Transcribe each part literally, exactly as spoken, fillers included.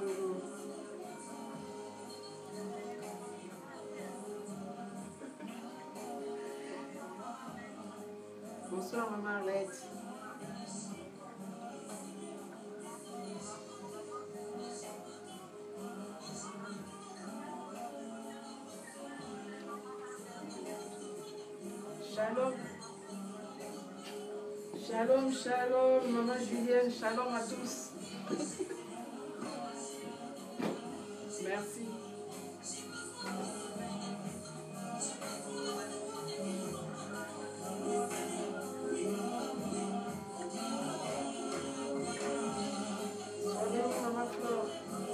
Bonsoir, maman Arlette. Shalom. Shalom, shalom, maman Julienne. Shalom à tous. Merci. Shalom, maman Flore.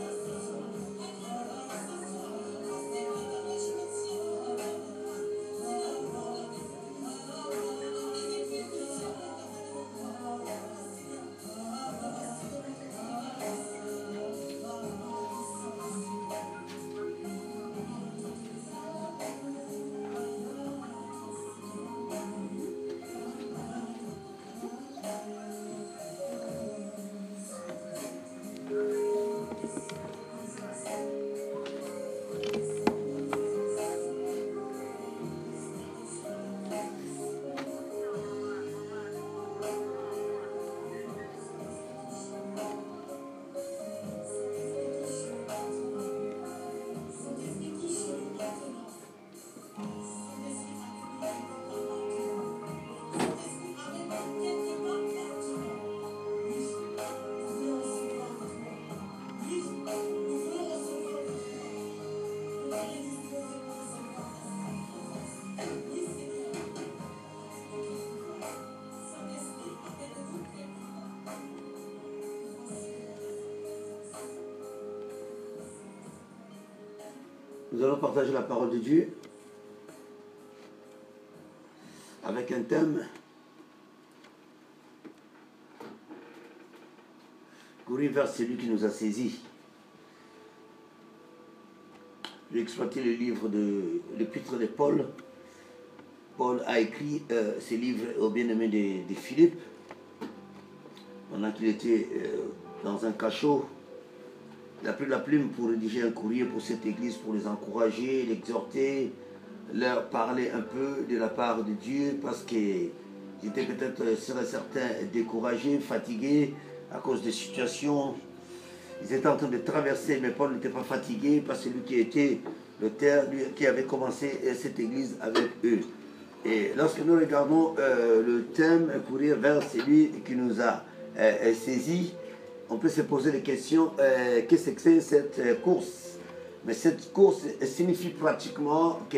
Nous allons partager la parole de Dieu avec un thème. Courir vers celui qui nous a saisis. J'ai exploité le livre de l'épître de Paul. Paul a écrit euh, ce livre au bien-aimé de, de Philippe pendant qu'il était euh, dans un cachot. Il a pris la plume pour rédiger un courrier pour cette église, pour les encourager, les exhorter, leur parler un peu de la part de Dieu, parce qu'ils étaient peut-être, seraient certains, découragés, fatigués à cause des situations. Ils étaient en train de traverser, mais Paul n'était pas fatigué, parce que lui qui était le terre, lui qui avait commencé cette église avec eux. Et lorsque nous regardons euh, le thème « Courir vers celui qui nous a euh, saisis », on peut se poser des questions, euh, qu'est-ce que c'est cette euh, course? Mais cette course signifie pratiquement que,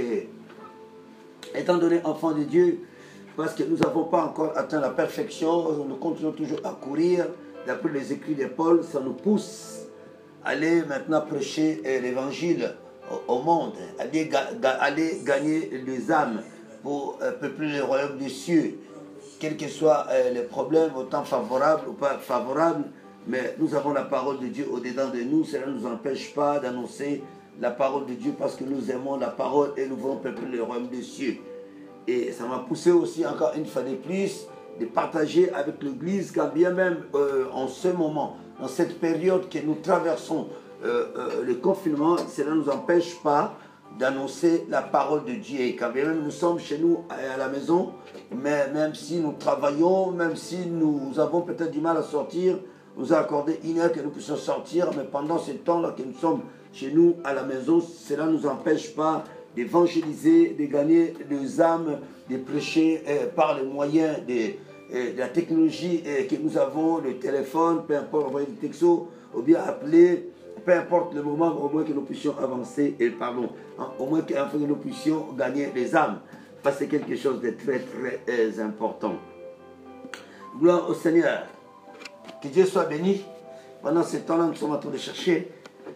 étant donné enfant de Dieu, parce que nous n'avons pas encore atteint la perfection, nous continuons toujours à courir. D'après les écrits de Paul, ça nous pousse à aller maintenant prêcher euh, l'évangile au, au monde, aller, ga, ga, aller gagner les âmes pour euh, peupler le royaume des cieux, quels que soient euh, les problèmes, autant favorables ou pas favorables. Mais nous avons la parole de Dieu au-dedans de nous. Cela ne nous empêche pas d'annoncer la parole de Dieu parce que nous aimons la parole et nous voulons peupler le royaume des cieux. Et ça m'a poussé aussi encore une fois de plus de partager avec l'Église quand bien même euh, en ce moment, dans cette période que nous traversons euh, euh, le confinement, cela ne nous empêche pas d'annoncer la parole de Dieu. Et quand bien même nous sommes chez nous à la maison, mais même si nous travaillons, même si nous avons peut-être du mal à sortir, nous a accordé une heure que nous puissions sortir, mais pendant ce temps-là que nous sommes chez nous à la maison, cela ne nous empêche pas d'évangéliser, de gagner des âmes, de prêcher euh, par les moyens de, euh, de la technologie euh, que nous avons, le téléphone, peu importe, envoyer des textos, ou bien appeler, peu importe le moment, au moins que nous puissions avancer, et pardon, hein, au moins que, afin que nous puissions gagner des âmes. Parce que c'est quelque chose de très très euh, important. Gloire au Seigneur. Que Dieu soit béni. Pendant ce temps-là, nous sommes en train de chercher.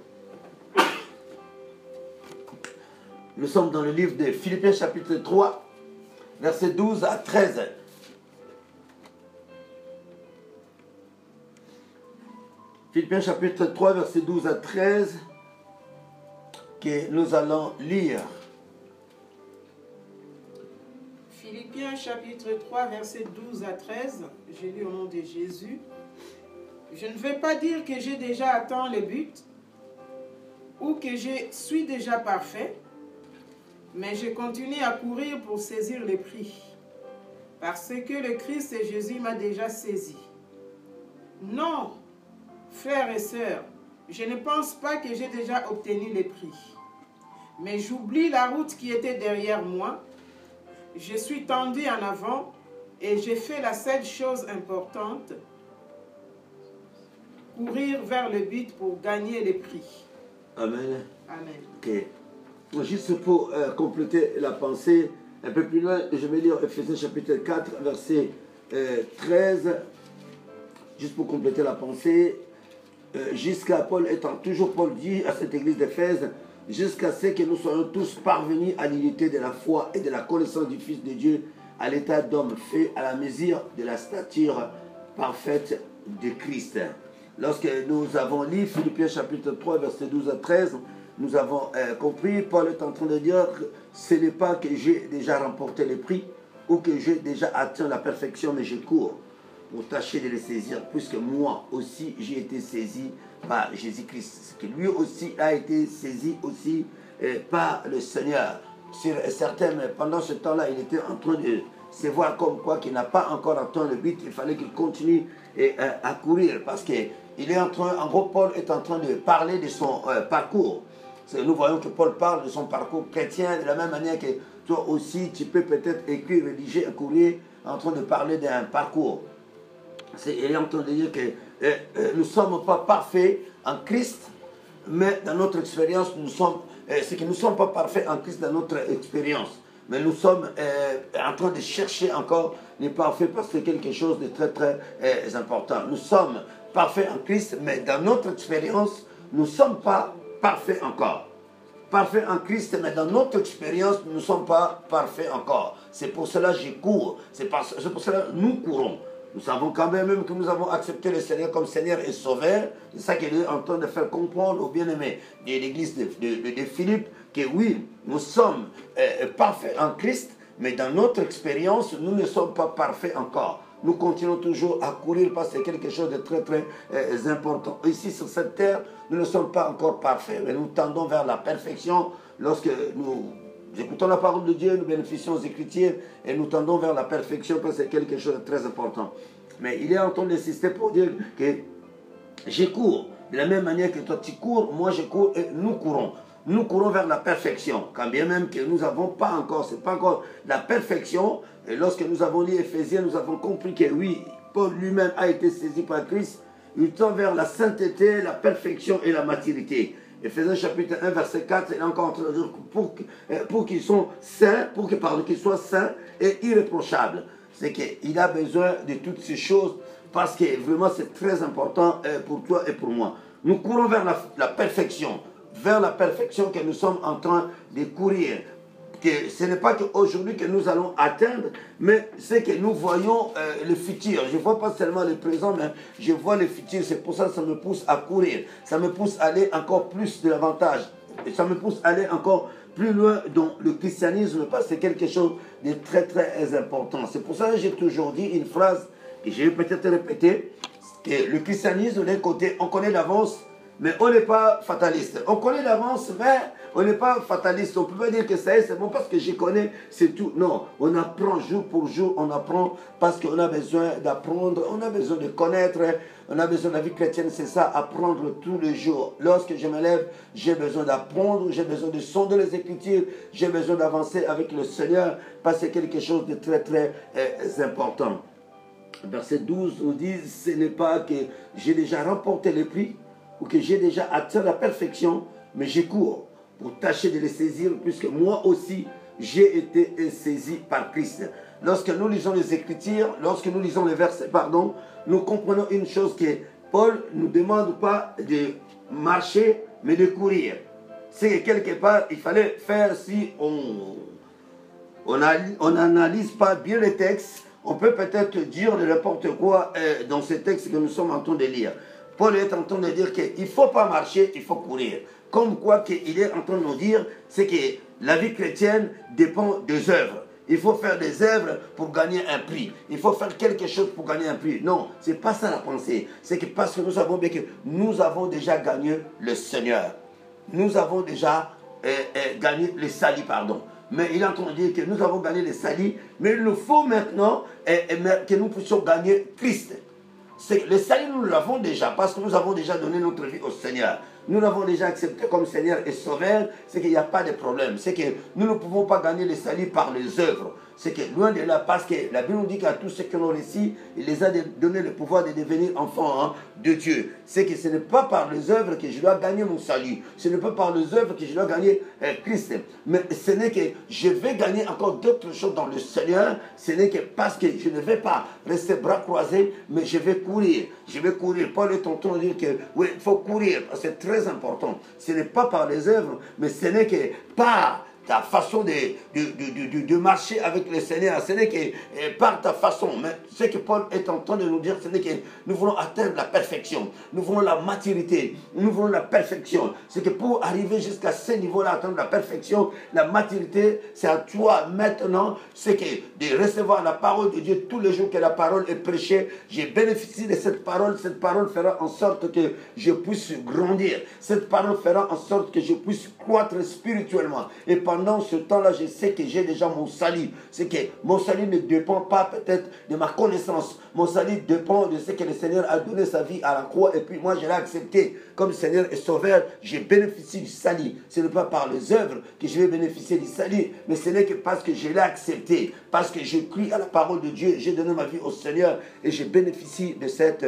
Nous sommes dans le livre de Philippiens chapitre trois, versets douze à treize. Philippiens chapitre trois, versets douze à treize, que nous allons lire. Philippiens chapitre trois, versets douze à treize, j'ai lu au nom de Jésus. Je ne veux pas dire que j'ai déjà atteint le but, ou que je suis déjà parfait, mais je continue à courir pour saisir le prix, parce que le Christ Jésus m'a déjà saisi. Non, frères et sœurs, je ne pense pas que j'ai déjà obtenu le prix, mais j'oublie la route qui était derrière moi, je suis tendu en avant et j'ai fait la seule chose importante, courir vers le but pour gagner le prix. Amen. Amen. Ok. Juste pour euh, compléter la pensée, un peu plus loin, je vais lire Ephésiens chapitre quatre, verset euh, treize. Juste pour compléter la pensée, euh, jusqu'à Paul étant, toujours Paul dit à cette église d'Éphèse, jusqu'à ce que nous soyons tous parvenus à l'unité de la foi et de la connaissance du Fils de Dieu, à l'état d'homme fait à la mesure de la stature parfaite de Christ. Lorsque nous avons lu Philippiens chapitre trois, verset douze à treize, nous avons euh, compris, Paul est en train de dire que ce n'est pas que j'ai déjà remporté le prix ou que j'ai déjà atteint la perfection, mais je cours pour tâcher de les saisir, puisque moi aussi j'ai été saisi par Jésus-Christ, que lui aussi a été saisi aussi euh, par le Seigneur. Sur certains, mais pendant ce temps-là, il était en train de se voir comme quoi qu'il n'a pas encore atteint le but, il fallait qu'il continue et, euh, à courir, parce que il est en train, en gros, Paul est en train de parler de son euh, parcours. Nous voyons que Paul parle de son parcours chrétien de la même manière que toi aussi, tu peux peut-être écrire, rédiger un courrier en train de parler d'un parcours. Il est en train de dire que euh, euh, nous ne sommes pas parfaits en Christ, mais dans notre expérience, nous sommes, euh, c'est que nous ne sommes pas parfaits en Christ dans notre expérience. Mais nous sommes euh, en train de chercher encore les parfaits parce que c'est quelque chose de très très euh, important. Nous sommes parfaits en Christ, mais dans notre expérience, nous ne sommes pas parfaits encore. Parfaits en Christ, mais dans notre expérience, nous ne sommes pas parfaits encore. C'est pour cela que je cours. C'est pour cela que nous courons. Nous savons quand même que nous avons accepté le Seigneur comme Seigneur et Sauveur. C'est ça qu'il est en train de faire comprendre aux bien-aimés de l'église de, de, de, de Philippe, que oui, nous sommes euh, parfaits en Christ, mais dans notre expérience, nous ne sommes pas parfaits encore. Nous continuons toujours à courir parce que c'est quelque chose de très très euh, important. Ici sur cette terre, nous ne sommes pas encore parfaits, mais nous tendons vers la perfection lorsque nous écoutons la parole de Dieu, nous bénéficions aux Écritures et nous tendons vers la perfection parce que c'est quelque chose de très important. Mais il est en train d'insister pour dire que je cours. De la même manière que toi tu cours, moi je cours et nous courons. Nous courons vers la perfection, quand bien même que nous n'avons pas encore, ce n'est pas encore la perfection. Et lorsque nous avons lu Éphésiens, nous avons compris que oui, Paul lui-même a été saisi par Christ. Il tend vers la sainteté, la perfection et la maturité. Éphésiens chapitre un, verset quatre, il est encore en train de dire pour, pour qu'ils soient saints, pour qu'ils qu'ils soient saints et irréprochables. C'est qu'il a besoin de toutes ces choses parce que vraiment c'est très important pour toi et pour moi. Nous courons vers la, la perfection, vers la perfection que nous sommes en train de courir. Que ce n'est pas qu'aujourd'hui que nous allons atteindre, mais c'est que nous voyons euh, le futur. Je ne vois pas seulement le présent, mais je vois le futur. C'est pour ça que ça me pousse à courir. Ça me pousse à aller encore plus de l'avantage. Et ça me pousse à aller encore plus loin dans le christianisme, parce que c'est quelque chose de très très important. C'est pour ça que j'ai toujours dit une phrase, que je vais peut-être répéter, que le christianisme, d'un côté, on connaît d'avance, mais on n'est pas fataliste. On connaît d'avance, mais on n'est pas fataliste. On ne peut pas dire que ça y est, c'est bon parce que je connais, c'est tout. Non, on apprend jour pour jour, on apprend parce qu'on a besoin d'apprendre, on a besoin de connaître, on a besoin de la vie chrétienne, c'est ça, apprendre tous les jours. Lorsque je me lève, j'ai besoin d'apprendre, j'ai besoin de sonder les Écritures, j'ai besoin d'avancer avec le Seigneur, parce que c'est quelque chose de très très euh, important. Verset douze nous dit, ce n'est pas que j'ai déjà remporté le prix, ou que j'ai déjà atteint la perfection, mais je cours pour tâcher de les saisir, puisque moi aussi, j'ai été saisi par Christ. Lorsque nous lisons les Écritures, lorsque nous lisons les versets, pardon, nous comprenons une chose que Paul ne nous demande pas de marcher, mais de courir. C'est que quelque part, il fallait faire, si on n'analyse pas bien les textes, on peut peut-être dire de n'importe quoi euh, dans ces textes que nous sommes en train de lire. Paul est en train de dire qu'il ne faut pas marcher, il faut courir. Comme quoi qu'il est en train de nous dire, c'est que la vie chrétienne dépend des œuvres. Il faut faire des œuvres pour gagner un prix. Il faut faire quelque chose pour gagner un prix. Non, ce n'est pas ça la pensée. C'est que parce que nous savons bien que nous avons déjà gagné le Seigneur. nous avons déjà euh, euh, gagné le salut, pardon. Mais il est en train de dire que nous avons gagné le salut, mais il nous faut maintenant euh, euh, que nous puissions gagner Christ. Le salut, nous l'avons déjà, parce que nous avons déjà donné notre vie au Seigneur. Nous l'avons déjà accepté comme Seigneur et Sauveur, c'est qu'il n'y a pas de problème. C'est que nous ne pouvons pas gagner le salut par les œuvres. C'est que loin de là, parce que la Bible nous dit qu'à tous ceux qui ont réussi, il les a donné le pouvoir de devenir enfants hein, de Dieu. C'est que ce n'est pas par les œuvres que je dois gagner mon salut. Ce n'est pas par les œuvres que je dois gagner euh, Christ. Mais ce n'est que je vais gagner encore d'autres choses dans le Seigneur. Ce n'est que parce que je ne vais pas rester bras croisés, mais je vais courir. Je vais courir. Paul est en train de dire que oui, il faut courir. C'est très important. Ce n'est pas par les œuvres, mais ce n'est que par ta façon de, de, de, de, de marcher avec le Seigneur, ce n'est que eh, par ta façon. Mais ce que Paul est en train de nous dire, ce n'est que nous voulons atteindre la perfection. Nous voulons la maturité. Nous voulons la perfection. C'est que pour arriver jusqu'à ce niveau-là, atteindre la perfection, la maturité, c'est à toi maintenant, c'est que de recevoir la parole de Dieu tous les jours que la parole est prêchée. Je bénéficie de cette parole. Cette parole fera en sorte que je puisse grandir. Cette parole fera en sorte que je puisse croître spirituellement. Et pendant Pendant ce temps-là, je sais que j'ai déjà mon salut. C'est que mon salut ne dépend pas peut-être de ma connaissance. Mon salut dépend de ce que le Seigneur a donné sa vie à la croix. Et puis moi, je l'ai accepté comme Seigneur et Sauveur. Je bénéficie du salut. Ce n'est pas par les œuvres que je vais bénéficier du salut. Mais ce n'est que parce que je l'ai accepté. Parce que je crie à la parole de Dieu. J'ai donné ma vie au Seigneur. Et je bénéficie de cette...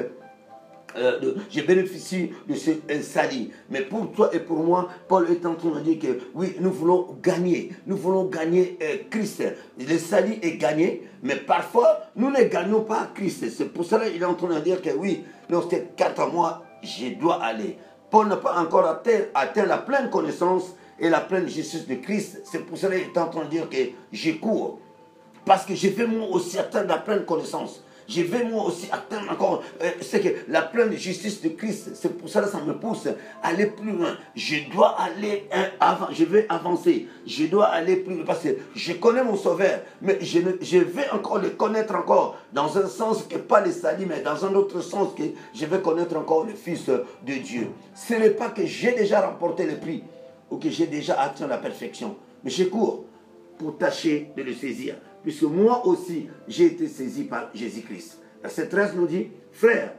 Euh, de, je bénéficie de ce euh, salut. Mais pour toi et pour moi, Paul est en train de dire que oui, nous voulons gagner. Nous voulons gagner euh, Christ. Le salut est gagné, mais parfois, nous ne gagnons pas Christ. C'est pour cela qu'il est en train de dire que oui, dans ces quatre mois, je dois aller. Paul n'a pas encore atteint, atteint la pleine connaissance et la pleine justice de Christ. C'est pour cela qu'il est en train de dire que je cours. Parce que je vais moi aussi atteindre la pleine connaissance. Je vais moi aussi atteindre encore, euh, c'est que la pleine justice de Christ, c'est pour ça que ça me pousse à aller plus loin. Je dois aller hein, avant, je vais avancer, je dois aller plus loin parce que je connais mon Sauveur, mais je, ne, je vais encore le connaître encore dans un sens que pas le salut, mais dans un autre sens que je vais connaître encore le Fils de Dieu. Ce n'est pas que j'ai déjà remporté le prix ou que j'ai déjà atteint la perfection, mais je cours pour tâcher de le saisir. Puisque moi aussi, j'ai été saisi par Jésus-Christ. Verset treize nous dit, frère,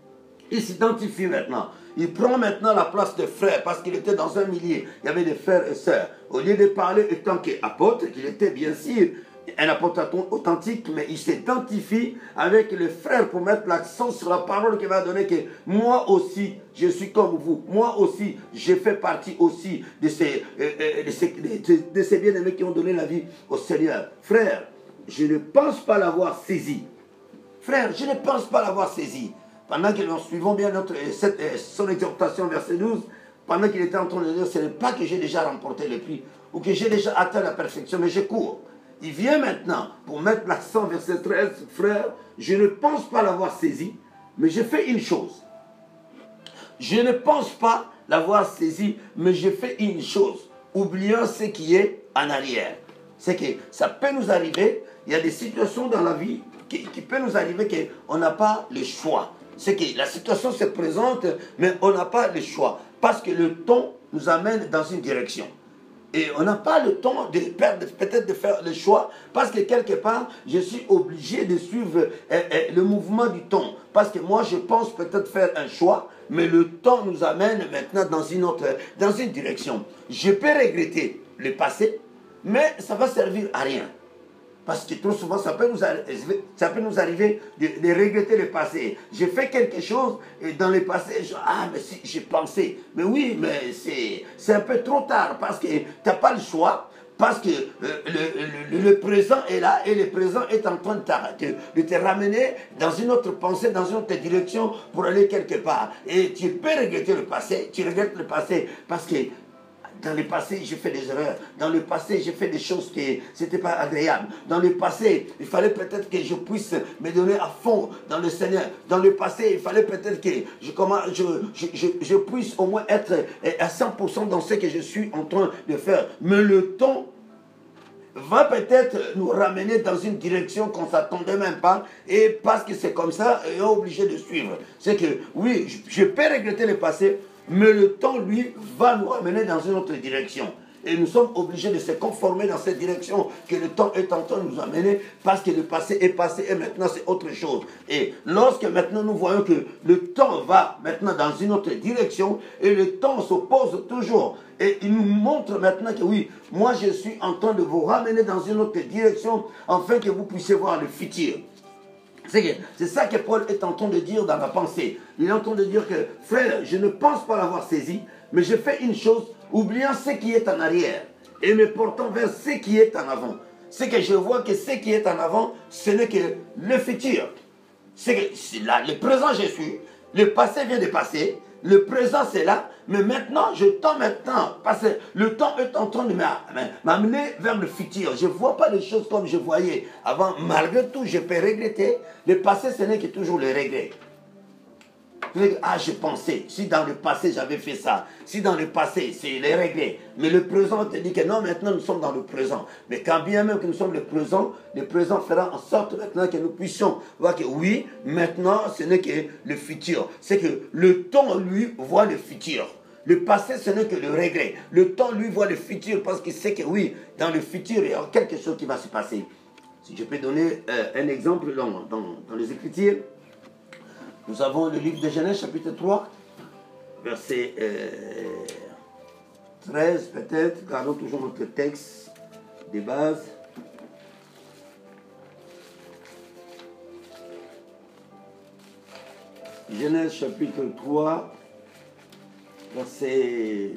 il s'identifie maintenant. Il prend maintenant la place de frère parce qu'il était dans un milieu. Il y avait des frères et sœurs. Au lieu de parler étant qu'apôtre, qu'il était bien sûr un apôtre authentique, mais il s'identifie avec les frères pour mettre l'accent sur la parole qu'il va donner que moi aussi, je suis comme vous. Moi aussi, je fais partie aussi de ces, euh, de ces, de, de ces bien-aimés qui ont donné la vie au Seigneur. Frère, je ne pense pas l'avoir saisi. Frère, je ne pense pas l'avoir saisi. Pendant que nous suivons bien notre, cette, son exhortation, verset douze, pendant qu'il était en train de dire, ce n'est pas que j'ai déjà remporté le prix ou que j'ai déjà atteint la perfection, mais je cours. Il vient maintenant pour mettre l'accent, verset treize, frère, je ne pense pas l'avoir saisi, mais j'ai fait une chose. Je ne pense pas l'avoir saisi, mais j'ai fait une chose, oubliant ce qui est en arrière. C'est que ça peut nous arriver, il y a des situations dans la vie qui, qui peuvent nous arriver qu'on n'a pas le choix. C'est que la situation se présente, mais on n'a pas le choix. Parce que le temps nous amène dans une direction. Et on n'a pas le temps de perdre, peut-être de faire le choix, parce que quelque part, je suis obligé de suivre eh, eh, le mouvement du temps. Parce que moi, je pense peut-être faire un choix, mais le temps nous amène maintenant dans une autre, dans une direction. Je peux regretter le passé, mais ça va servir à rien. Parce que trop souvent, ça peut nous arriver, ça peut nous arriver de, de regretter le passé. J'ai fait quelque chose et dans le passé, je, ah, mais si, j'ai pensé. Mais oui, mais c'est un peu trop tard parce que tu n'as pas le choix. Parce que euh, le, le, le présent est là et le présent est en train de, de, de te ramener dans une autre pensée, dans une autre direction pour aller quelque part. Et tu peux regretter le passé, tu regrettes le passé parce que dans le passé, j'ai fait des erreurs. Dans le passé, j'ai fait des choses qui n'étaient pas agréables. Dans le passé, il fallait peut-être que je puisse me donner à fond dans le Seigneur. Dans le passé, il fallait peut-être que je, comment, je, je, je, je puisse au moins être à cent pour cent dans ce que je suis en train de faire. Mais le temps va peut-être nous ramener dans une direction qu'on ne s'attendait même pas. Et parce que c'est comme ça, on est obligé de suivre. C'est que, oui, je, je peux regretter le passé, mais le temps, lui, va nous ramener dans une autre direction. Et nous sommes obligés de se conformer dans cette direction que le temps est en train de nous amener, parce que le passé est passé et maintenant c'est autre chose. Et lorsque maintenant nous voyons que le temps va maintenant dans une autre direction, et le temps s'oppose toujours, et il nous montre maintenant que oui, moi je suis en train de vous ramener dans une autre direction, afin que vous puissiez voir le futur. C'est ça que Paul est en train de dire dans la pensée. Il est en train de dire que, frère, je ne pense pas l'avoir saisi, mais je fais une chose, oubliant ce qui est en arrière et me portant vers ce qui est en avant. C'est que je vois que ce qui est en avant, ce n'est que le futur. C'est que là, le présent je suis, le passé vient de passer, le présent c'est là, mais maintenant je tends maintenant, parce que le temps est en train de m'amener vers le futur. Je ne vois pas les choses comme je voyais avant. Malgré tout, je peux regretter. Le passé, ce n'est que toujours le regret. Ah, je pensais, si dans le passé j'avais fait ça, si dans le passé c'est les regrets, mais le présent te dit que non, maintenant nous sommes dans le présent. Mais quand bien même que nous sommes le présent, le présent fera en sorte maintenant que nous puissions voir que oui, maintenant ce n'est que le futur. C'est que le temps, lui, voit le futur. Le passé, ce n'est que le regret. Le temps, lui, voit le futur parce qu'il sait que oui, dans le futur, il y a quelque chose qui va se passer. Si je peux donner euh, un exemple dans, dans, dans les Écritures, nous avons le livre de Genèse, chapitre trois, verset euh, treize peut-être. Gardons toujours notre texte de base. Genèse, chapitre trois, verset,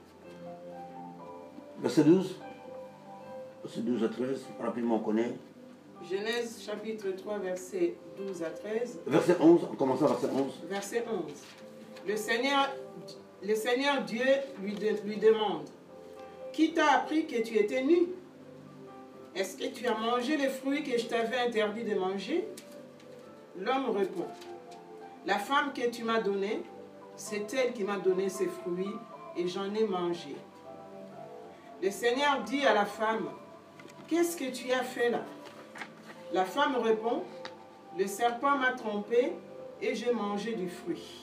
verset douze. Verset douze à treize, rapidement on connaît. Genèse chapitre trois, verset douze à treize. Verset onze, en commençant verset onze. Verset onze. Le Seigneur, le Seigneur Dieu lui, de, lui demande, qui t'a appris que tu étais nu? Est-ce que tu as mangé les fruits que je t'avais interdit de manger? L'homme répond, la femme que tu m'as donnée, c'est elle qui m'a donné ces fruits et j'en ai mangé. Le Seigneur dit à la femme, qu'est-ce que tu as fait là? La femme répond, le serpent m'a trompé et j'ai mangé du fruit.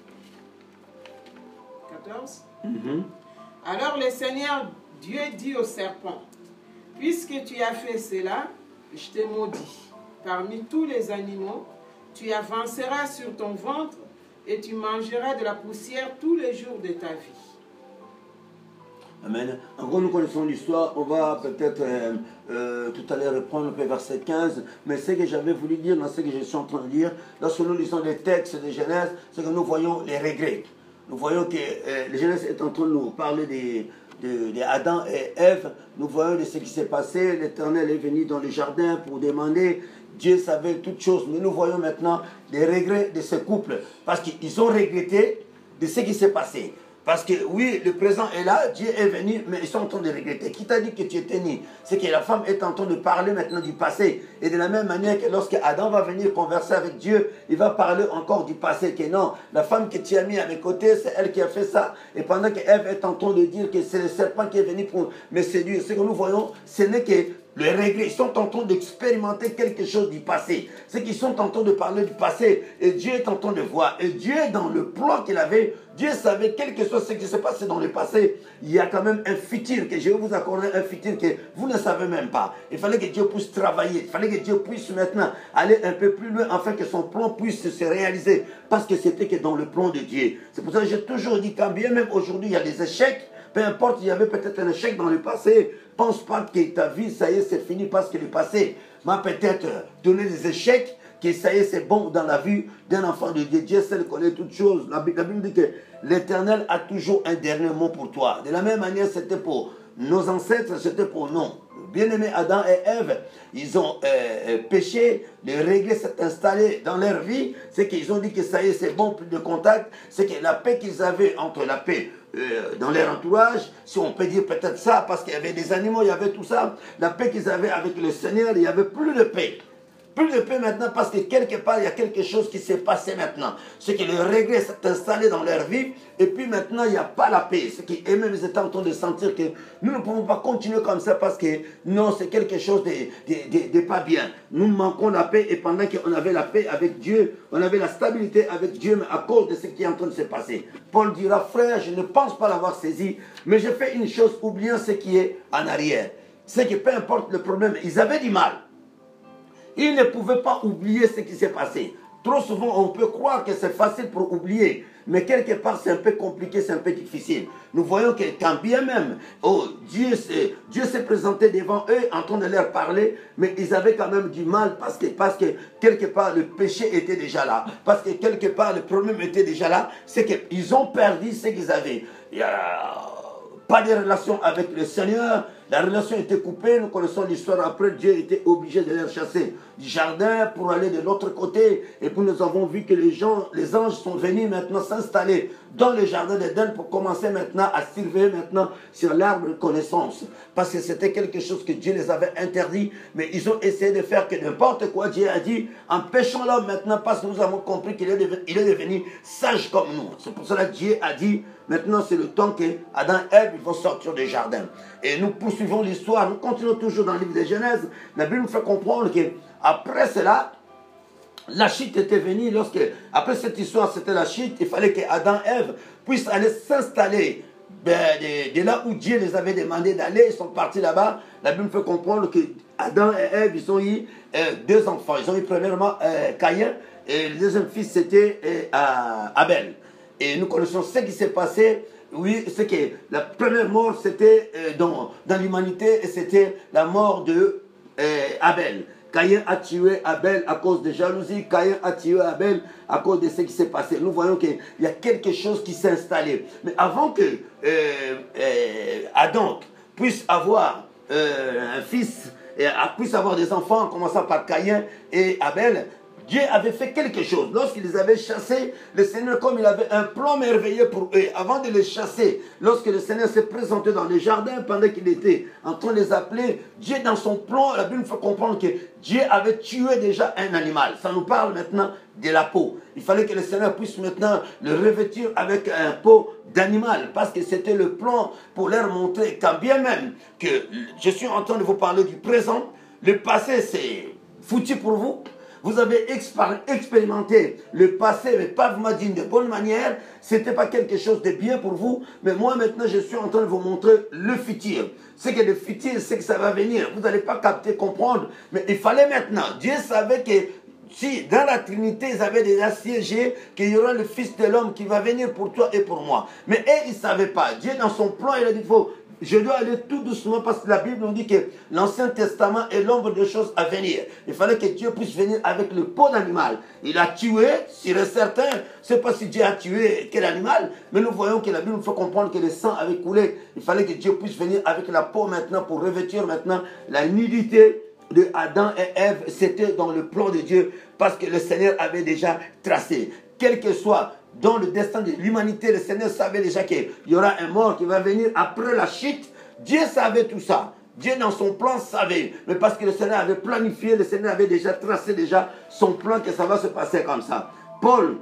quatorze. Mm-hmm. Alors le Seigneur Dieu dit au serpent, puisque tu as fait cela, je t'ai maudit. Parmi tous les animaux, tu avanceras sur ton ventre et tu mangeras de la poussière tous les jours de ta vie. Amen. En gros, nous connaissons l'histoire. On va peut-être euh, euh, tout à l'heure reprendre le verset quinze. Mais ce que j'avais voulu dire dans ce que je suis en train de dire, lorsque nous lisons les textes de Genèse, c'est que nous voyons les regrets. Nous voyons que euh, le Genèse est en train de nous parler des, de, de Adam et Ève. Nous voyons de ce qui s'est passé. L'Éternel est venu dans le jardin pour demander. Dieu savait toutes choses. Mais nous voyons maintenant les regrets de ce couple. Parce qu'ils ont regretté de ce qui s'est passé. Parce que oui, le présent est là, Dieu est venu, mais ils sont en train de regretter. Qui t'a dit que tu étais né? C'est que la femme est en train de parler maintenant du passé. Et de la même manière que lorsque Adam va venir converser avec Dieu, il va parler encore du passé. Que non, la femme que tu as mis à mes côtés, c'est elle qui a fait ça. Et pendant que Ève est en train de dire que c'est le serpent qui est venu pour me séduire, ce que nous voyons, ce n'est que le regret. Ils sont en train d'expérimenter quelque chose du passé. C'est qu'ils sont en train de parler du passé. Et Dieu est en train de voir. Et Dieu, dans le plan qu'il avait, Dieu savait, quel que soit ce qui s'est passé dans le passé, il y a quand même un futur, que je vais vous accorder un futur que vous ne savez même pas. Il fallait que Dieu puisse travailler. Il fallait que Dieu puisse maintenant aller un peu plus loin afin que son plan puisse se réaliser. Parce que c'était que dans le plan de Dieu. C'est pour ça que j'ai toujours dit, quand bien même aujourd'hui il y a des échecs, peu importe, il y avait peut-être un échec dans le passé, pense pas que ta vie, ça y est, c'est fini parce que le passé m'a peut-être donné des échecs, que ça y est, c'est bon dans la vie d'un enfant de Dieu. Dieu seul connaît toutes choses. La Bible dit que l'Éternel a toujours un dernier mot pour toi. De la même manière, c'était pour nos ancêtres, c'était pour nous. Bien-aimés Adam et Ève, ils ont euh, péché, le regret s'est installé dans leur vie. C'est qu'ils ont dit que ça y est, c'est bon, plus de contact. C'est que la paix qu'ils avaient entre la paix Euh, dans leur entourage, si on peut dire peut-être ça, parce qu'il y avait des animaux, il y avait tout ça, la paix qu'ils avaient avec le Seigneur, il n'y avait plus de paix. Plus de paix maintenant parce que quelque part, il y a quelque chose qui s'est passé maintenant. C'est que le regret s'est installé dans leur vie et puis maintenant, il n'y a pas la paix. C'est qu'eux-mêmes, ils étaient en train de sentir que nous ne pouvons pas continuer comme ça parce que non, c'est quelque chose de, de, de, de pas bien. Nous manquons la paix et pendant qu'on avait la paix avec Dieu, on avait la stabilité avec Dieu, mais à cause de ce qui est en train de se passer. Paul dira, frère, je ne pense pas l'avoir saisi, mais j'ai fait une chose, oubliant ce qui est en arrière. C'est que peu importe le problème, ils avaient du mal. Ils ne pouvaient pas oublier ce qui s'est passé. Trop souvent, on peut croire que c'est facile pour oublier. Mais quelque part, c'est un peu compliqué, c'est un peu difficile. Nous voyons que quand bien même, oh, Dieu s'est Dieu s'est présenté devant eux en train de leur parler, mais ils avaient quand même du mal parce que, parce que quelque part, le péché était déjà là. Parce que quelque part, le problème était déjà là. C'est qu'ils ont perdu ce qu'ils avaient. Il y a pas de relation avec le Seigneur. La relation était coupée, nous connaissons l'histoire. Après, Dieu était obligé de les chasser du jardin pour aller de l'autre côté. Et puis nous avons vu que les gens, les anges sont venus maintenant s'installer dans le jardin d'Éden pour commencer maintenant à surveiller maintenant sur l'arbre de connaissance. Parce que c'était quelque chose que Dieu les avait interdit. Mais ils ont essayé de faire que n'importe quoi Dieu a dit. Empêchons l'homme maintenant parce que nous avons compris qu'il est, devenu, il est devenu sage comme nous. C'est pour cela que Dieu a dit, maintenant c'est le temps que Adam et Ève vont sortir du jardin. Et nous poursuivons l'histoire, nous continuons toujours dans le livre de Genèse. La Bible nous fait comprendre qu'après cela, la chute était venue. Lorsque, après cette histoire, c'était la chute, il fallait que Adam et Ève puissent aller s'installer ben, de, de là où Dieu les avait demandé d'aller. Ils sont partis là-bas. La Bible nous fait comprendre que Adam et Ève, ils ont eu euh, deux enfants. Ils ont eu premièrement euh, Caïn et le deuxième fils, c'était euh, Abel. Et nous connaissons ce qui s'est passé. Oui, c'est que la première mort, c'était euh, dans, dans l'humanité, et c'était la mort de euh, Abel. Caïn a tué Abel à cause de jalousie. Caïn a tué Abel à cause de ce qui s'est passé. Nous voyons qu'il y a quelque chose qui s'est installé. Mais avant que euh, euh, Adam puisse avoir euh, un fils, et puisse avoir des enfants, en commençant par Caïn et Abel, Dieu avait fait quelque chose. Lorsqu'il les avait chassés, le Seigneur, comme il avait un plan merveilleux pour eux, avant de les chasser, lorsque le Seigneur s'est présenté dans le jardin, pendant qu'il était en train de les appeler, Dieu, dans son plan, la Bible fait comprendre que Dieu avait tué déjà un animal. Ça nous parle maintenant de la peau. Il fallait que le Seigneur puisse maintenant le revêtir avec un peau d'animal, parce que c'était le plan pour leur montrer, quand bien même que je suis en train de vous parler du présent, le passé c'est foutu pour vous. Vous avez expérimenté le passé, mais pas vraiment d'une de bonne manière. Ce n'était pas quelque chose de bien pour vous. Mais moi, maintenant, je suis en train de vous montrer le futur. C'est que le futur, c'est que ça va venir. Vous n'allez pas capter, comprendre. Mais il fallait maintenant. Dieu savait que si dans la Trinité, ils avaient déjà siégé, qu'il y aura le Fils de l'homme qui va venir pour toi et pour moi. Mais eux, ils ne savaient pas. Dieu, dans son plan, il a dit, il faut... Je dois aller tout doucement parce que la Bible nous dit que l'Ancien Testament est l'ombre de choses à venir. Il fallait que Dieu puisse venir avec le peau d'animal. Il a tué, s'il est certain, je ne sais pas si Dieu a tué quel animal, mais nous voyons que la Bible nous fait comprendre que le sang avait coulé. Il fallait que Dieu puisse venir avec la peau maintenant pour revêtir maintenant la nudité de Adam et Ève. C'était dans le plan de Dieu parce que le Seigneur avait déjà tracé. Quel que soit dans le destin de l'humanité, le Seigneur savait déjà qu'il y aura un mort qui va venir après la chute. Dieu savait tout ça. Dieu dans son plan savait. Mais parce que le Seigneur avait planifié, le Seigneur avait déjà tracé déjà son plan que ça va se passer comme ça. Paul,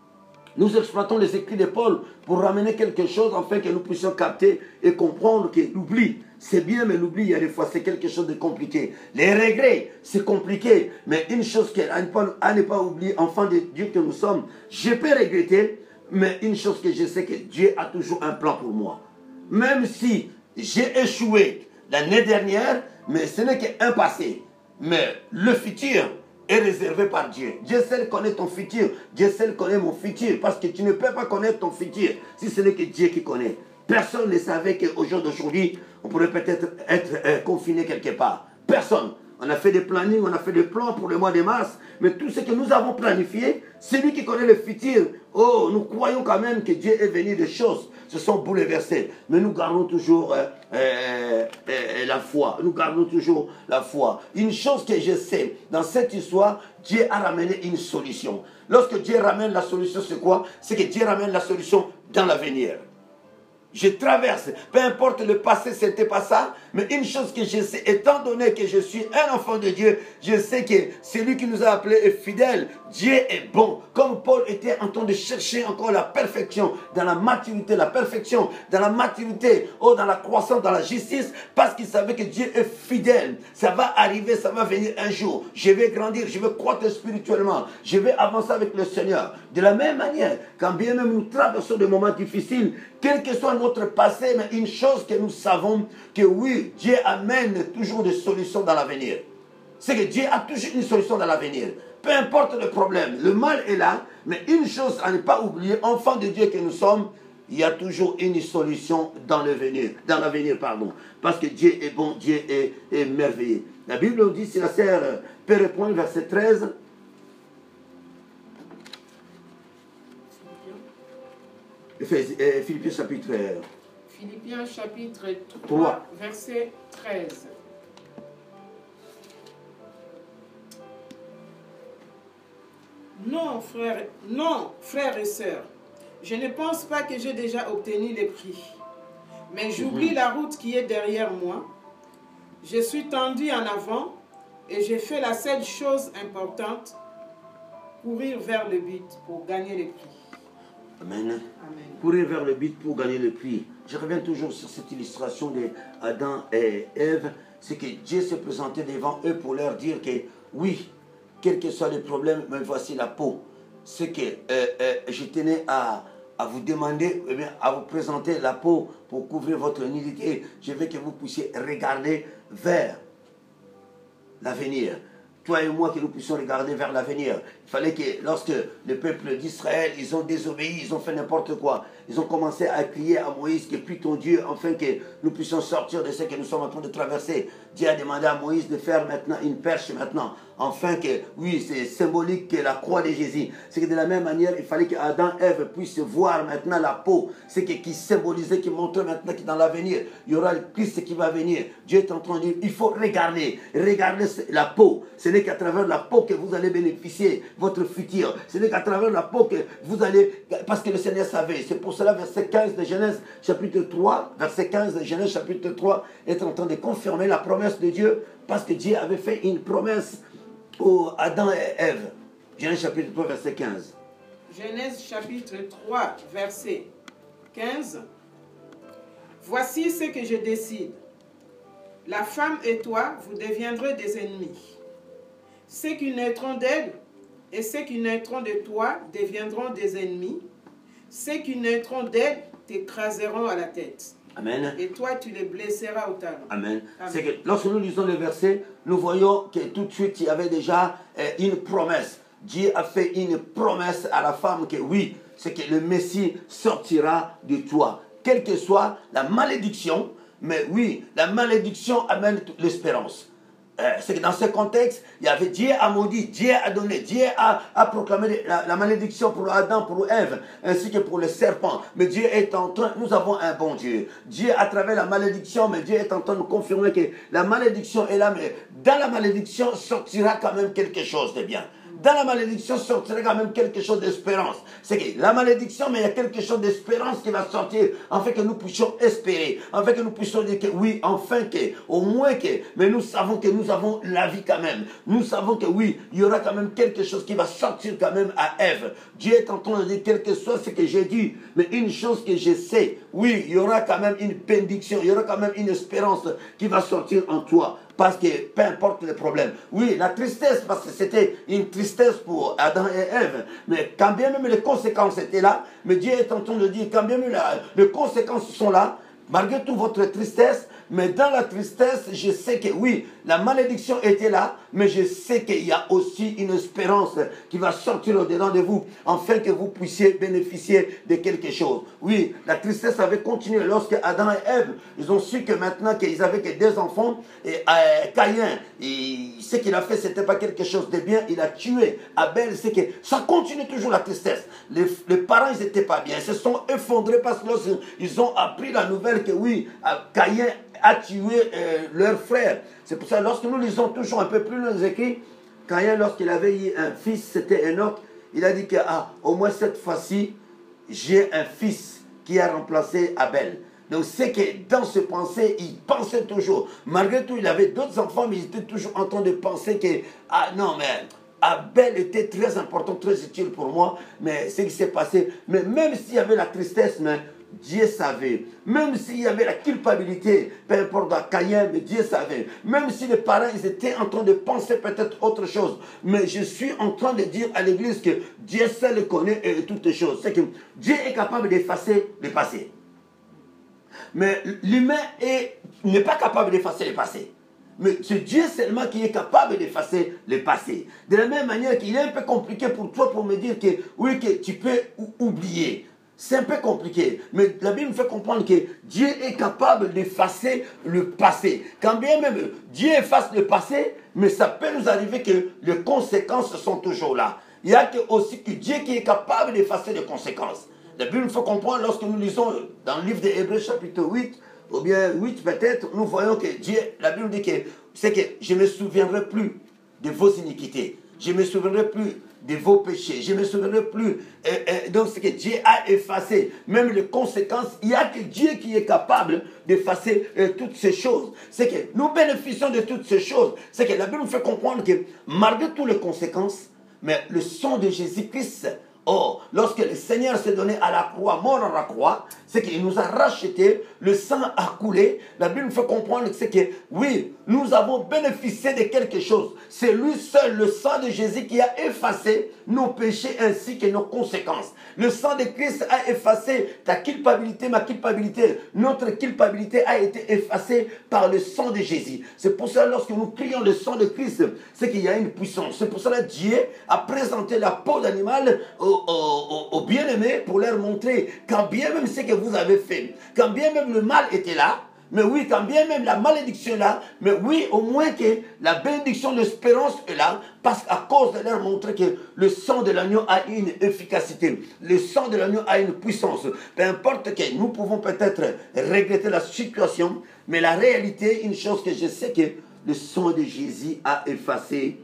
nous exploitons les écrits de Paul pour ramener quelque chose afin que nous puissions capter et comprendre que l'oubli, c'est bien, mais l'oubli, il y a des fois, c'est quelque chose de compliqué. Les regrets, c'est compliqué. Mais une chose à ne pas, à ne pas oublier, enfant de Dieu que nous sommes, je peux regretter, mais une chose que je sais que Dieu a toujours un plan pour moi. Même si j'ai échoué l'année dernière, mais ce n'est qu'un passé. Mais le futur est réservé par Dieu. Dieu seul connaît ton futur. Dieu seul connaît mon futur. Parce que tu ne peux pas connaître ton futur si ce n'est que Dieu qui connaît. Personne ne savait qu'au jour d'aujourd'hui, on pourrait peut-être être, euh, confiné quelque part. Personne. On a fait des plannings, on a fait des plans pour le mois de mars, mais tout ce que nous avons planifié, c'est lui qui connaît le futur. Oh, nous croyons quand même que Dieu est venu, des choses se sont bouleversées. Mais nous gardons toujours euh, euh, euh, la foi. Nous gardons toujours la foi. Une chose que je sais, dans cette histoire, Dieu a ramené une solution. Lorsque Dieu ramène la solution, c'est quoi? C'est que Dieu ramène la solution dans l'avenir. je traverse, peu importe le passé, c'était pas ça, mais une chose que je sais, étant donné que je suis un enfant de Dieu, je sais que celui qui nous a appelés est fidèle, Dieu est bon. Comme Paul était en train de chercher encore la perfection, dans la maturité, la perfection, dans la maturité, oh, dans la croissance, dans la justice, parce qu'il savait que Dieu est fidèle. Ça va arriver, ça va venir un jour. Je vais grandir, je vais croître spirituellement, je vais avancer avec le Seigneur. De la même manière, quand bien même nous traversons des moments difficiles, quel que soit notre passé, mais une chose que nous savons, que oui, Dieu amène toujours des solutions dans l'avenir. C'est que Dieu a toujours une solution dans l'avenir. Peu importe le problème, le mal est là, mais une chose à ne pas oublier, enfants de Dieu que nous sommes, il y a toujours une solution dans l'avenir, dans l'avenir, pardon. Parce que Dieu est bon, Dieu est, est merveilleux. La Bible nous dit, si la sœur peut répondre, verset treize. Philippiens chapitre Philippiens chapitre trois, trois. verset treize. Non, frères, non, frères et sœurs, je ne pense pas que j'ai déjà obtenu les prix. Mais j'oublie mm-hmm. la route qui est derrière moi. Je suis tendu en avant et j'ai fait la seule chose importante, courir vers le but pour gagner les prix. Amen. Amen. Courir vers le but pour gagner le prix. Je reviens toujours sur cette illustration d'Adam et Ève. C'est que Dieu s'est présenté devant eux pour leur dire que oui, quel que soit le problème, mais voici la peau. C'est que euh, euh, je tenais à, à vous demander, eh bien, à vous présenter la peau pour couvrir votre nudité. Je veux que vous puissiez regarder vers l'avenir. Toi et moi, que nous puissions regarder vers l'avenir. Il fallait que lorsque le peuple d'Israël, ils ont désobéi, ils ont fait n'importe quoi. Ils ont commencé à crier à Moïse que puis ton Dieu, afin que nous puissions sortir de ce que nous sommes en train de traverser. Dieu a demandé à Moïse de faire maintenant une perche maintenant. Enfin que, oui, c'est symbolique que la croix de Jésus. C'est que de la même manière, il fallait qu'Adam et Ève puissent voir maintenant la peau. C'est que qui symbolisait, qui montrait maintenant que dans l'avenir, il y aura le Christ qui va venir. Dieu est en train de dire, il faut regarder, regarder la peau. Ce n'est qu'à travers la peau que vous allez bénéficier votre futur. Ce n'est qu'à travers la peau que vous allez, parce que le Seigneur savait. C'est pour cela, verset quinze de Genèse chapitre trois, verset quinze de Genèse chapitre trois, est en train de confirmer la promesse de Dieu, parce que Dieu avait fait une promesse aux Adam et Ève. Genèse chapitre trois, verset quinze. Genèse chapitre trois, verset quinze. Voici ce que je décide. La femme et toi, vous deviendrez des ennemis. Ceux qui naîtront d'elle et ceux qui naîtront de toi deviendront des ennemis. Ceux qui naîtront d'elle t'écraseront à la tête. Amen. Et toi, tu les blesseras au talon. Amen. Amen. C'est que lorsque nous lisons le verset, nous voyons que tout de suite, il y avait déjà euh, une promesse. Dieu a fait une promesse à la femme que oui, c'est que le Messie sortira de toi. Quelle que soit la malédiction, mais oui, la malédiction amène l'espérance. Euh, c'est que dans ce contexte, il y avait Dieu a maudit, Dieu a donné, Dieu a, a proclamé la, la malédiction pour Adam, pour Ève, ainsi que pour le serpent. Mais Dieu est en train, nous avons un bon Dieu. Dieu à travers la malédiction, mais Dieu est en train de confirmer que la malédiction est là, mais dans la malédiction sortira quand même quelque chose de bien. Dans la malédiction sortira quand même quelque chose d'espérance. C'est que la malédiction, mais il y a quelque chose d'espérance qui va sortir, afin que nous puissions espérer, afin que nous puissions dire que oui, enfin que, au moins que, mais nous savons que nous avons la vie quand même. Nous savons que oui, il y aura quand même quelque chose qui va sortir quand même à Ève. Dieu est en train de dire quelque chose, ce que j'ai dit, mais une chose que je sais, oui, il y aura quand même une bénédiction, il y aura quand même une espérance qui va sortir en toi. Parce que peu importe le problème. Oui, la tristesse, parce que c'était une tristesse pour Adam et Ève. Mais quand bien même les conséquences étaient là, mais Dieu est en train de dire, quand bien même la, les conséquences sont là, malgré toute votre tristesse, mais dans la tristesse, je sais que oui, la malédiction était là, mais je sais qu'il y a aussi une espérance qui va sortir au-dedans de vous, afin que vous puissiez bénéficier de quelque chose. Oui, la tristesse avait continué lorsque Adam et Ève, ils ont su que maintenant qu'ils avaient que deux enfants, et euh, Caïn, et ce qu'il a fait, c'était pas quelque chose de bien, il a tué Abel, c'est que ça continue toujours la tristesse. Les, les parents, ils n'étaient pas bien, ils se sont effondrés parce que lorsqu'ils ont appris la nouvelle que oui, Caïn a tué euh, leur frère. C'est pour ça, lorsque nous lisons toujours un peu plus loin les écrits, Caïn, lorsqu'il avait eu un fils, c'était Enoch, il a dit que, ah, au moins cette fois-ci, j'ai un fils qui a remplacé Abel. Donc c'est que dans ce pensée, il pensait toujours. Malgré tout, il avait d'autres enfants, mais il était toujours en train de penser que, ah non, mais Abel était très important, très utile pour moi, mais ce qui s'est passé, mais même s'il y avait la tristesse, mais Dieu savait. Même s'il y avait la culpabilité, peu importe à Caïn, mais Dieu savait. Même si les parents ils étaient en train de penser peut-être autre chose. Mais je suis en train de dire à l'église que Dieu seul connaît euh, toutes les choses. C'est que Dieu est capable d'effacer le passé. Mais l'humain n'est pas capable d'effacer le passé. Mais c'est Dieu seulement qui est capable d'effacer le passé. De la même manière qu'il est un peu compliqué pour toi pour me dire que oui, que tu peux oublier. C'est un peu compliqué, mais la Bible me fait comprendre que Dieu est capable d'effacer le passé. Quand bien même Dieu efface le passé, mais ça peut nous arriver que les conséquences sont toujours là. Il y a que aussi que Dieu qui est capable d'effacer les conséquences. La Bible me fait comprendre lorsque nous lisons dans le livre des Hébreux chapitre huit, ou bien huit peut-être, nous voyons que Dieu, la Bible dit que c'est que je ne me souviendrai plus de vos iniquités. Je ne me souviendrai plus de vos péchés. Je ne me souviendrai plus. Et, et, donc, c'est que Dieu a effacé même les conséquences. Il n'y a que Dieu qui est capable d'effacer euh, toutes ces choses. C'est que nous bénéficions de toutes ces choses. C'est que la Bible nous fait comprendre que malgré toutes les conséquences, mais le sang de Jésus-Christ, oh, lorsque le Seigneur s'est donné à la croix, mort à la croix, c'est qu'il nous a racheté, le sang a coulé. La Bible nous fait comprendre que c'est que, oui, nous avons bénéficié de quelque chose. C'est lui seul, le sang de Jésus, qui a effacé nos péchés ainsi que nos conséquences. Le sang de Christ a effacé ta culpabilité, ma culpabilité. Notre culpabilité a été effacée par le sang de Jésus. C'est pour ça, lorsque nous crions le sang de Christ, c'est qu'il y a une puissance. C'est pour ça que Dieu a présenté la peau d'animal aux, aux, aux bien-aimés pour leur montrer quand bien même ce que vous avez fait, quand bien même le mal était là, mais oui, quand bien même la malédiction est là, mais oui, au moins que la bénédiction, l'espérance est là, parce qu'à cause de leur montrer que le sang de l'agneau a une efficacité, le sang de l'agneau a une puissance. Peu importe que nous pouvons peut-être regretter la situation, mais la réalité, une chose que je sais, que le sang de Jésus a effacé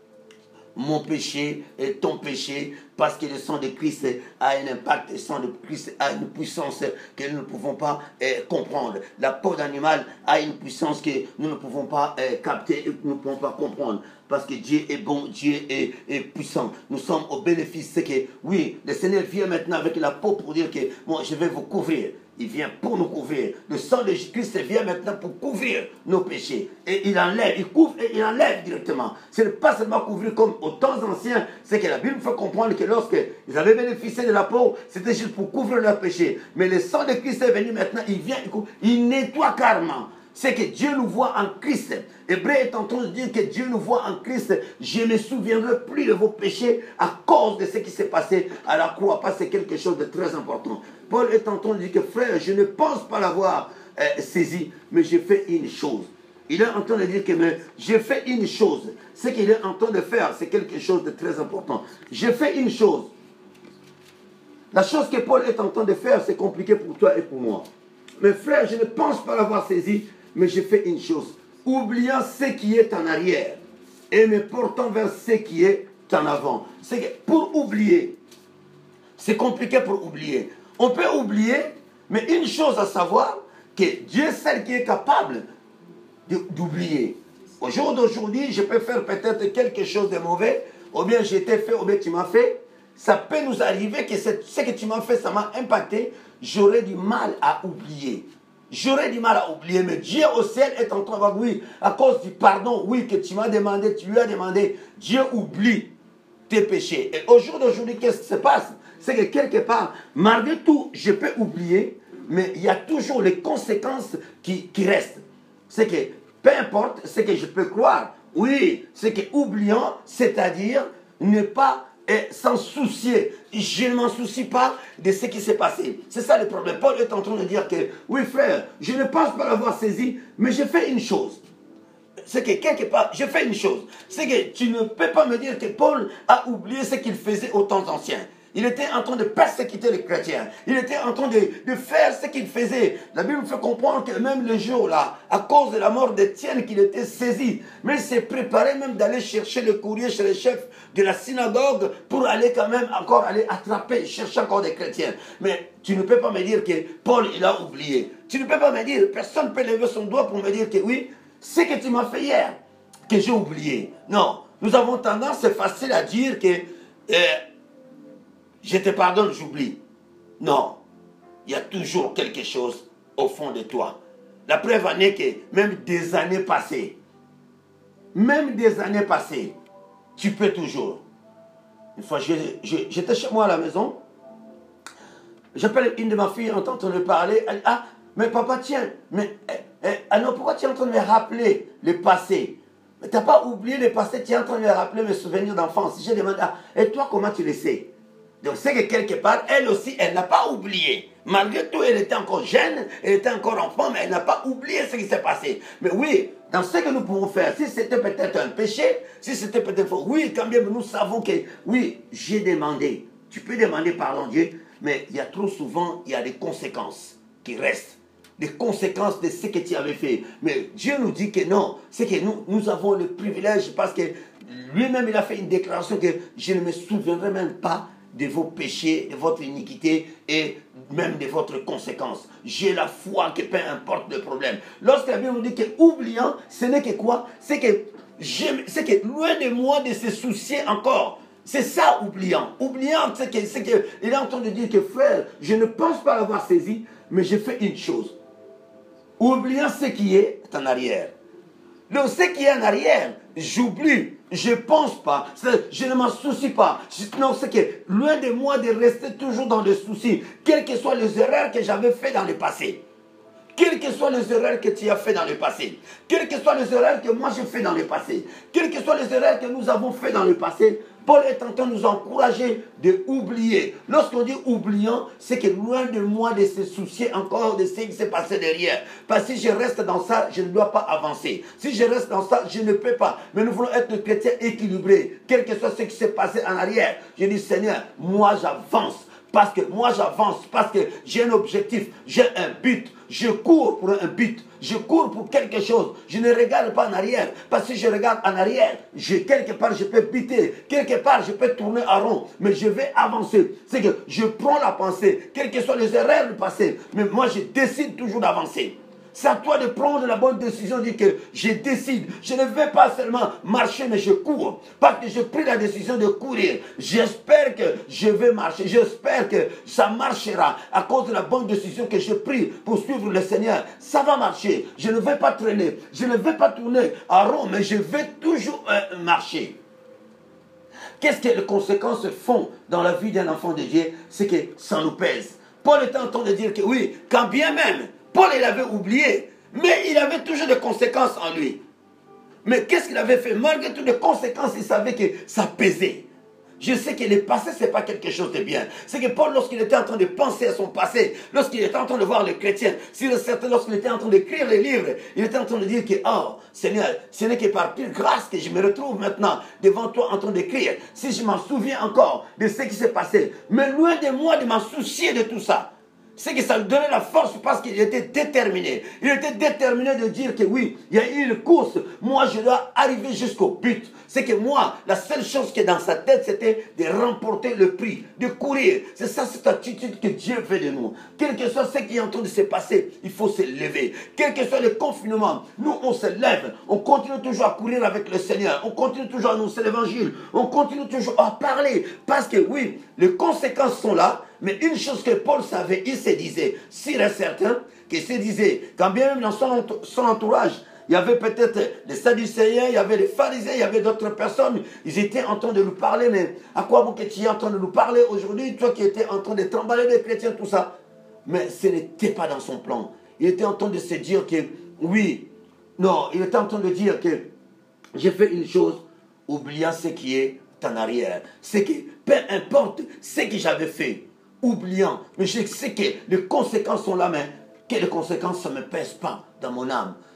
mon péché et ton péché, parce que le sang de Christ a un impact, le sang de Christ a une puissance que nous ne pouvons pas eh, comprendre. La peau d'animal a une puissance que nous ne pouvons pas eh, capter et que nous ne pouvons pas comprendre. Parce que Dieu est bon, Dieu est, est puissant. Nous sommes au bénéfice. C'est que, oui, le Seigneur vient maintenant avec la peau pour dire que, moi, je vais vous couvrir. Il vient pour nous couvrir. Le sang de Christ vient maintenant pour couvrir nos péchés. Et il enlève, il couvre et il enlève directement. Ce n'est pas seulement couvrir comme aux temps anciens. C'est que la Bible fait comprendre que lorsque ils avaient bénéficié de la peau, c'était juste pour couvrir leurs péchés. Mais le sang de Christ est venu maintenant, il vient, il, couvre, il nettoie carrément. C'est que Dieu nous voit en Christ. Hébreu est en train de dire que Dieu nous voit en Christ. Je ne me souviendrai plus de vos péchés à cause de ce qui s'est passé à la croix. Parce que c'est quelque chose de très important. Paul est en train de dire que frère, je ne pense pas l'avoir euh, saisi, mais j'ai fait une chose. Il est en train de dire que j'ai fait une chose. Ce qu'il est en train de faire, c'est quelque chose de très important. J'ai fait une chose. La chose que Paul est en train de faire, c'est compliqué pour toi et pour moi. Mais frère, je ne pense pas l'avoir saisi, mais j'ai fait une chose. Oubliant ce qui est en arrière et me portant vers ce qui est en avant. C'est que pour oublier, c'est compliqué pour oublier. On peut oublier, mais une chose à savoir, que Dieu est celle qui est capable d'oublier. Au jour d'aujourd'hui, je peux faire peut-être quelque chose de mauvais, ou bien j'ai été fait, ou bien tu m'as fait. Ça peut nous arriver que ce que tu m'as fait, ça m'a impacté. J'aurais du mal à oublier. J'aurais du mal à oublier, mais Dieu au ciel est en train de dire, oui, à cause du pardon, oui, que tu m'as demandé, tu lui as demandé, Dieu oublie tes péchés. Et au jour d'aujourd'hui, qu'est-ce qui se passe? C'est que quelque part, malgré tout, je peux oublier, mais il y a toujours les conséquences qui, qui restent. C'est que, peu importe ce que je peux croire, oui, c'est que oubliant, c'est-à-dire ne pas s'en soucier. Je ne m'en soucie pas de ce qui s'est passé. C'est ça le problème. Paul est en train de dire que, oui frère, je ne pense pas l'avoir saisi, mais j'ai fait une chose. C'est que quelque part, j'ai fait une chose. C'est que tu ne peux pas me dire que Paul a oublié ce qu'il faisait aux temps anciens. Il était en train de persécuter les chrétiens. Il était en train de, de faire ce qu'il faisait. La Bible fait comprendre que même le jour-là, à cause de la mort d'Étienne, qu'il était saisi. Mais il s'est préparé même d'aller chercher le courrier chez le chef de la synagogue pour aller quand même encore aller attraper, chercher encore des chrétiens. Mais tu ne peux pas me dire que Paul, il a oublié. Tu ne peux pas me dire, personne ne peut lever son doigt pour me dire que oui, ce que tu m'as fait hier, que j'ai oublié. Non, nous avons tendance, c'est facile à dire que euh, je te pardonne, j'oublie. Non, il y a toujours quelque chose au fond de toi. La preuve en est que même des années passées, même des années passées, tu peux toujours. Une fois, j'étais chez moi à la maison, j'appelle une de ma filles, en train de parler, elle dit, ah, mais papa, tiens, mais, eh, eh, ah non, pourquoi tu es en train de me rappeler le passé? Mais tu n'as pas oublié le passé, tu es en train de me rappeler mes souvenirs d'enfance. J'ai demandé, ah, et toi, comment tu le sais? Donc c'est que quelque part, elle aussi, elle n'a pas oublié. Malgré tout, elle était encore jeune, elle était encore enfant, mais elle n'a pas oublié ce qui s'est passé. Mais oui, dans ce que nous pouvons faire, si c'était peut-être un péché, si c'était peut-être faux, oui, quand même, nous savons que, oui, j'ai demandé. Tu peux demander pardon Dieu, mais il y a trop souvent, il y a des conséquences qui restent. Des conséquences de ce que tu avais fait. Mais Dieu nous dit que non, c'est que nous, nous avons le privilège parce que lui-même, il a fait une déclaration que je ne me souviendrai même pas de vos péchés, de votre iniquité et même de votre conséquence. J'ai la foi que peu importe le problème. Lorsque la Bible nous dit que oubliant, ce n'est que quoi? C'est que, c'est que loin de moi de se soucier encore. C'est ça, oubliant. Oubliant, c'est que, c'est que, il est en train de dire que frère, je ne pense pas l'avoir saisi, mais je fais une chose. Oubliant ce qui est en arrière. Donc ce qui est en arrière, j'oublie, je ne pense pas, je ne m'en soucie pas. Non, c'est que loin de moi de rester toujours dans les soucis, quelles que soient les erreurs que j'avais faites dans le passé. Quelles que soient les erreurs que tu as fait dans le passé, quelles que soient les erreurs que moi j'ai fait dans le passé, quelles que soient les erreurs que nous avons fait dans le passé, Paul est en train de nous encourager de oublier. Lorsqu'on dit oubliant, c'est que loin de moi de se soucier encore de ce qui s'est passé derrière. Parce que si je reste dans ça, je ne dois pas avancer. Si je reste dans ça, je ne peux pas. Mais nous voulons être des chrétiens équilibrés. Quel que soit ce qui s'est passé en arrière, je dis Seigneur, moi j'avance. Parce que moi j'avance, parce que j'ai un objectif, j'ai un but, je cours pour un but, je cours pour quelque chose, je ne regarde pas en arrière, parce que si je regarde en arrière, je, quelque part je peux buter, quelque part je peux tourner en rond, mais je vais avancer. C'est que je prends la pensée, quelles que soient les erreurs du passé, mais moi je décide toujours d'avancer. C'est à toi de prendre la bonne décision, de dire que je décide. Je ne vais pas seulement marcher, mais je cours. Parce que j'ai pris la décision de courir. J'espère que je vais marcher. J'espère que ça marchera à cause de la bonne décision que j'ai prise pour suivre le Seigneur. Ça va marcher. Je ne vais pas traîner. Je ne vais pas tourner en rond, mais je vais toujours euh, marcher. Qu'est-ce que les conséquences font dans la vie d'un enfant de Dieu? C'est que ça nous pèse. Paul était en train de dire que oui, quand bien même, Paul, il avait oublié, mais il avait toujours des conséquences en lui. Mais qu'est-ce qu'il avait fait? Malgré toutes les conséquences, il savait que ça pesait. Je sais que le passé, ce n'est pas quelque chose de bien. C'est que Paul, lorsqu'il était en train de penser à son passé, lorsqu'il était en train de voir les chrétiens, lorsqu'il était en train d'écrire les livres, il était en train de dire que, oh, Seigneur, ce n'est que par pure grâce que je me retrouve maintenant devant toi en train d'écrire. Si je m'en souviens encore de ce qui s'est passé, mais loin de moi de m'en soucier de tout ça. C'est que ça lui donnait la force parce qu'il était déterminé. Il était déterminé de dire que oui, il y a eu une course. Moi, je dois arriver jusqu'au but. C'est que moi, la seule chose qui est dans sa tête, c'était de remporter le prix, de courir. C'est ça, cette attitude que Dieu veut de nous. Quel que soit ce qui est en train de se passer, il faut se lever. Quel que soit le confinement, nous, on se lève. On continue toujours à courir avec le Seigneur. On continue toujours à annoncer l'évangile. On continue toujours à parler. Parce que oui, les conséquences sont là. Mais une chose que Paul savait, il se disait, s'il est certain, qu'il se disait, quand bien même dans son, son entourage, il y avait peut-être des Sadducéens, il y avait des pharisiens, il y avait d'autres personnes, ils étaient en train de nous parler, mais à quoi bon que tu es en train de nous parler aujourd'hui, toi qui étais en train de trimballer les chrétiens, tout ça. Mais ce n'était pas dans son plan. Il était en train de se dire que, oui, non, il était en train de dire que j'ai fait une chose, oubliant ce qui est en arrière. C'est que, peu importe ce que j'avais fait, oubliant, mais je sais que les conséquences sont là, mais que les conséquences, ça ne me pèse pas dans mon âme.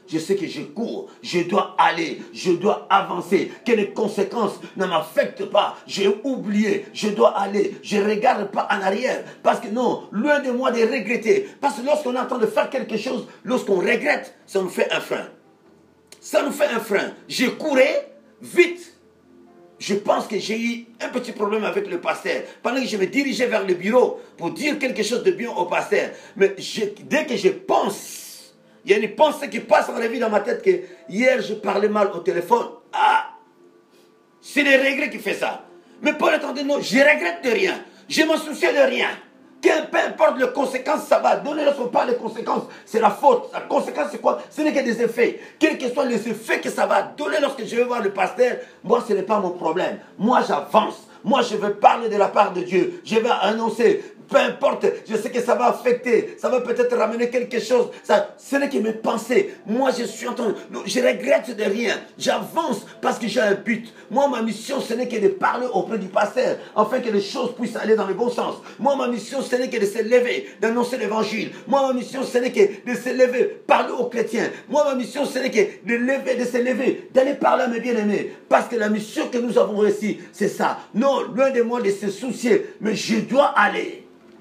Je sais que je cours, je dois aller, je dois avancer, que les conséquences ne m'affectent pas. J'ai oublié, je dois aller, je ne regarde pas en arrière. Parce que non, loin de moi de regretter. Parce que lorsqu'on est en train de faire quelque chose, lorsqu'on regrette, ça nous fait un frein. Ça nous fait un frein. Je courais vite. Je pense que j'ai eu un petit problème avec le pasteur. Pendant que je me dirigeais vers le bureau pour dire quelque chose de bien au pasteur. Mais je, dès que je pense, il y a une pensée qui passe en revue dans ma tête que hier je parlais mal au téléphone. Ah! C'est les regrets qui font ça. Mais Paul est en train de dire non, je regrette de rien. Je ne me soucie de rien. Peu importe les conséquences, ça va donner. Lorsqu'on parle des conséquences, c'est la faute. La conséquence, c'est quoi? Ce n'est que des effets. Quels que soient les effets que ça va donner lorsque je vais voir le pasteur, moi, ce n'est pas mon problème. Moi, j'avance. Moi, je veux parler de la part de Dieu. Je vais annoncer. Peu importe, je sais que ça va affecter, ça va peut-être ramener quelque chose. Ça, ce n'est que mes pensées. Moi, je suis en train, non, je regrette de rien. J'avance parce que j'ai un but. Moi, ma mission, ce n'est que de parler auprès du pasteur, afin que les choses puissent aller dans le bon sens. Moi, ma mission, ce n'est que de se lever, d'annoncer l'évangile. Moi, ma mission, ce n'est que de se lever, parler aux chrétiens. Moi, ma mission, ce n'est que de lever, de se lever, d'aller parler à mes bien-aimés. Parce que la mission que nous avons réussi, c'est ça. Non, loin de moi de se soucier, mais je dois aller.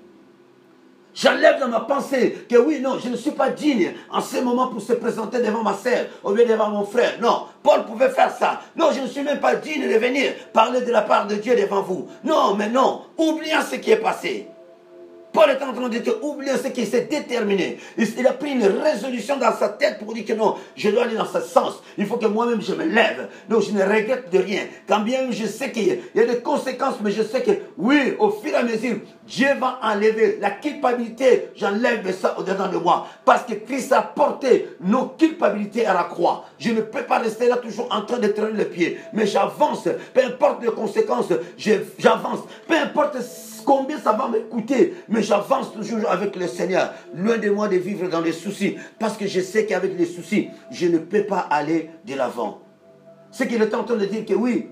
J'enlève dans ma pensée que oui, non, je ne suis pas digne en ce moment pour se présenter devant ma sœur ou bien devant mon frère. Non, Paul pouvait faire ça. Non, je ne suis même pas digne de venir parler de la part de Dieu devant vous. Non, mais non, oublions ce qui est passé. Paul est en train de dire, oublions ce qui s'est déterminé. Il a pris une résolution dans sa tête pour dire que non, je dois aller dans ce sens. Il faut que moi-même je me lève. Donc je ne regrette de rien. Quand bien même je sais qu'il y a des conséquences, mais je sais que oui, au fur et à mesure, Dieu va enlever la culpabilité. J'enlève ça au-dedans de moi. Parce que Christ a porté nos culpabilités à la croix. Je ne peux pas rester là toujours en train de traîner les pieds. Mais j'avance. Peu importe les conséquences, j'avance. Peu importe combien ça va me coûter, mais j'avance toujours avec le Seigneur. Loin de moi de vivre dans les soucis. Parce que je sais qu'avec les soucis, je ne peux pas aller de l'avant. Ce qu'il est en train de dire que oui,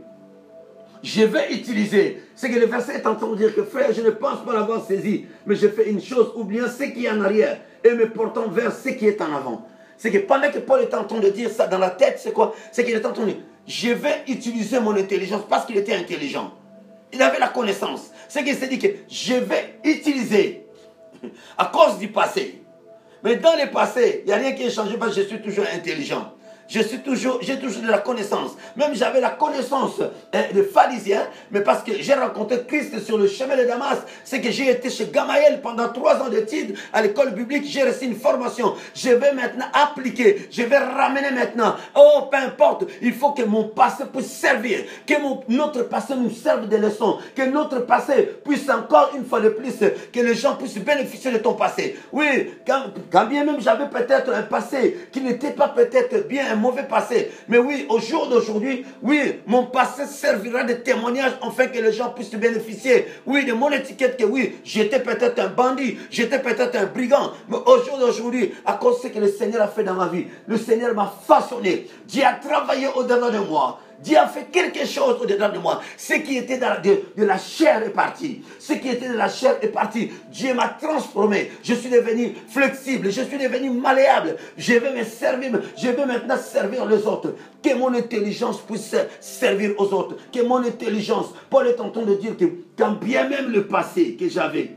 je vais utiliser. Ce que le verset est en train de dire que frère, je ne pense pas l'avoir saisi, mais je fais une chose, oubliant ce qui est en arrière et me portant vers ce qui est en avant. C'est que pendant que Paul est en train de dire ça dans la tête, c'est quoi? C'est qu'il est en train de dire, je vais utiliser mon intelligence parce qu'il était intelligent. Il avait la connaissance. C'est qu'il s'est dit que je vais utiliser à cause du passé. Mais dans le passé, il n'y a rien qui a changé parce que je suis toujours intelligent. Je suis toujours, j'ai toujours de la connaissance. Même j'avais la connaissance eh, de pharisien, mais parce que j'ai rencontré Christ sur le chemin de Damas, c'est que j'ai été chez Gamaliel pendant trois ans d'études à l'école biblique, j'ai reçu une formation. Je vais maintenant appliquer, je vais ramener maintenant. Oh, peu importe, il faut que mon passé puisse servir, que mon, notre passé nous serve de leçons, que notre passé puisse encore une fois de plus, que les gens puissent bénéficier de ton passé. Oui, quand, quand bien même j'avais peut-être un passé qui n'était pas peut-être bien, un mauvais passé. Mais oui, au jour d'aujourd'hui, oui, mon passé servira de témoignage afin que les gens puissent bénéficier. Oui, de mon étiquette que oui, j'étais peut-être un bandit, j'étais peut-être un brigand. Mais au jour d'aujourd'hui, à cause de ce que le Seigneur a fait dans ma vie, le Seigneur m'a façonné. Dieu a travaillé au-delà de moi. Dieu a fait quelque chose au-dedans de moi. Ce qui était dans la, de, de la chair est parti. Ce qui était de la chair est parti. Dieu m'a transformé. Je suis devenu flexible. Je suis devenu malléable. Je vais me servir. Je vais maintenant servir les autres. Que mon intelligence puisse servir aux autres. Que mon intelligence. Paul est en train de dire que quand bien même le passé que j'avais,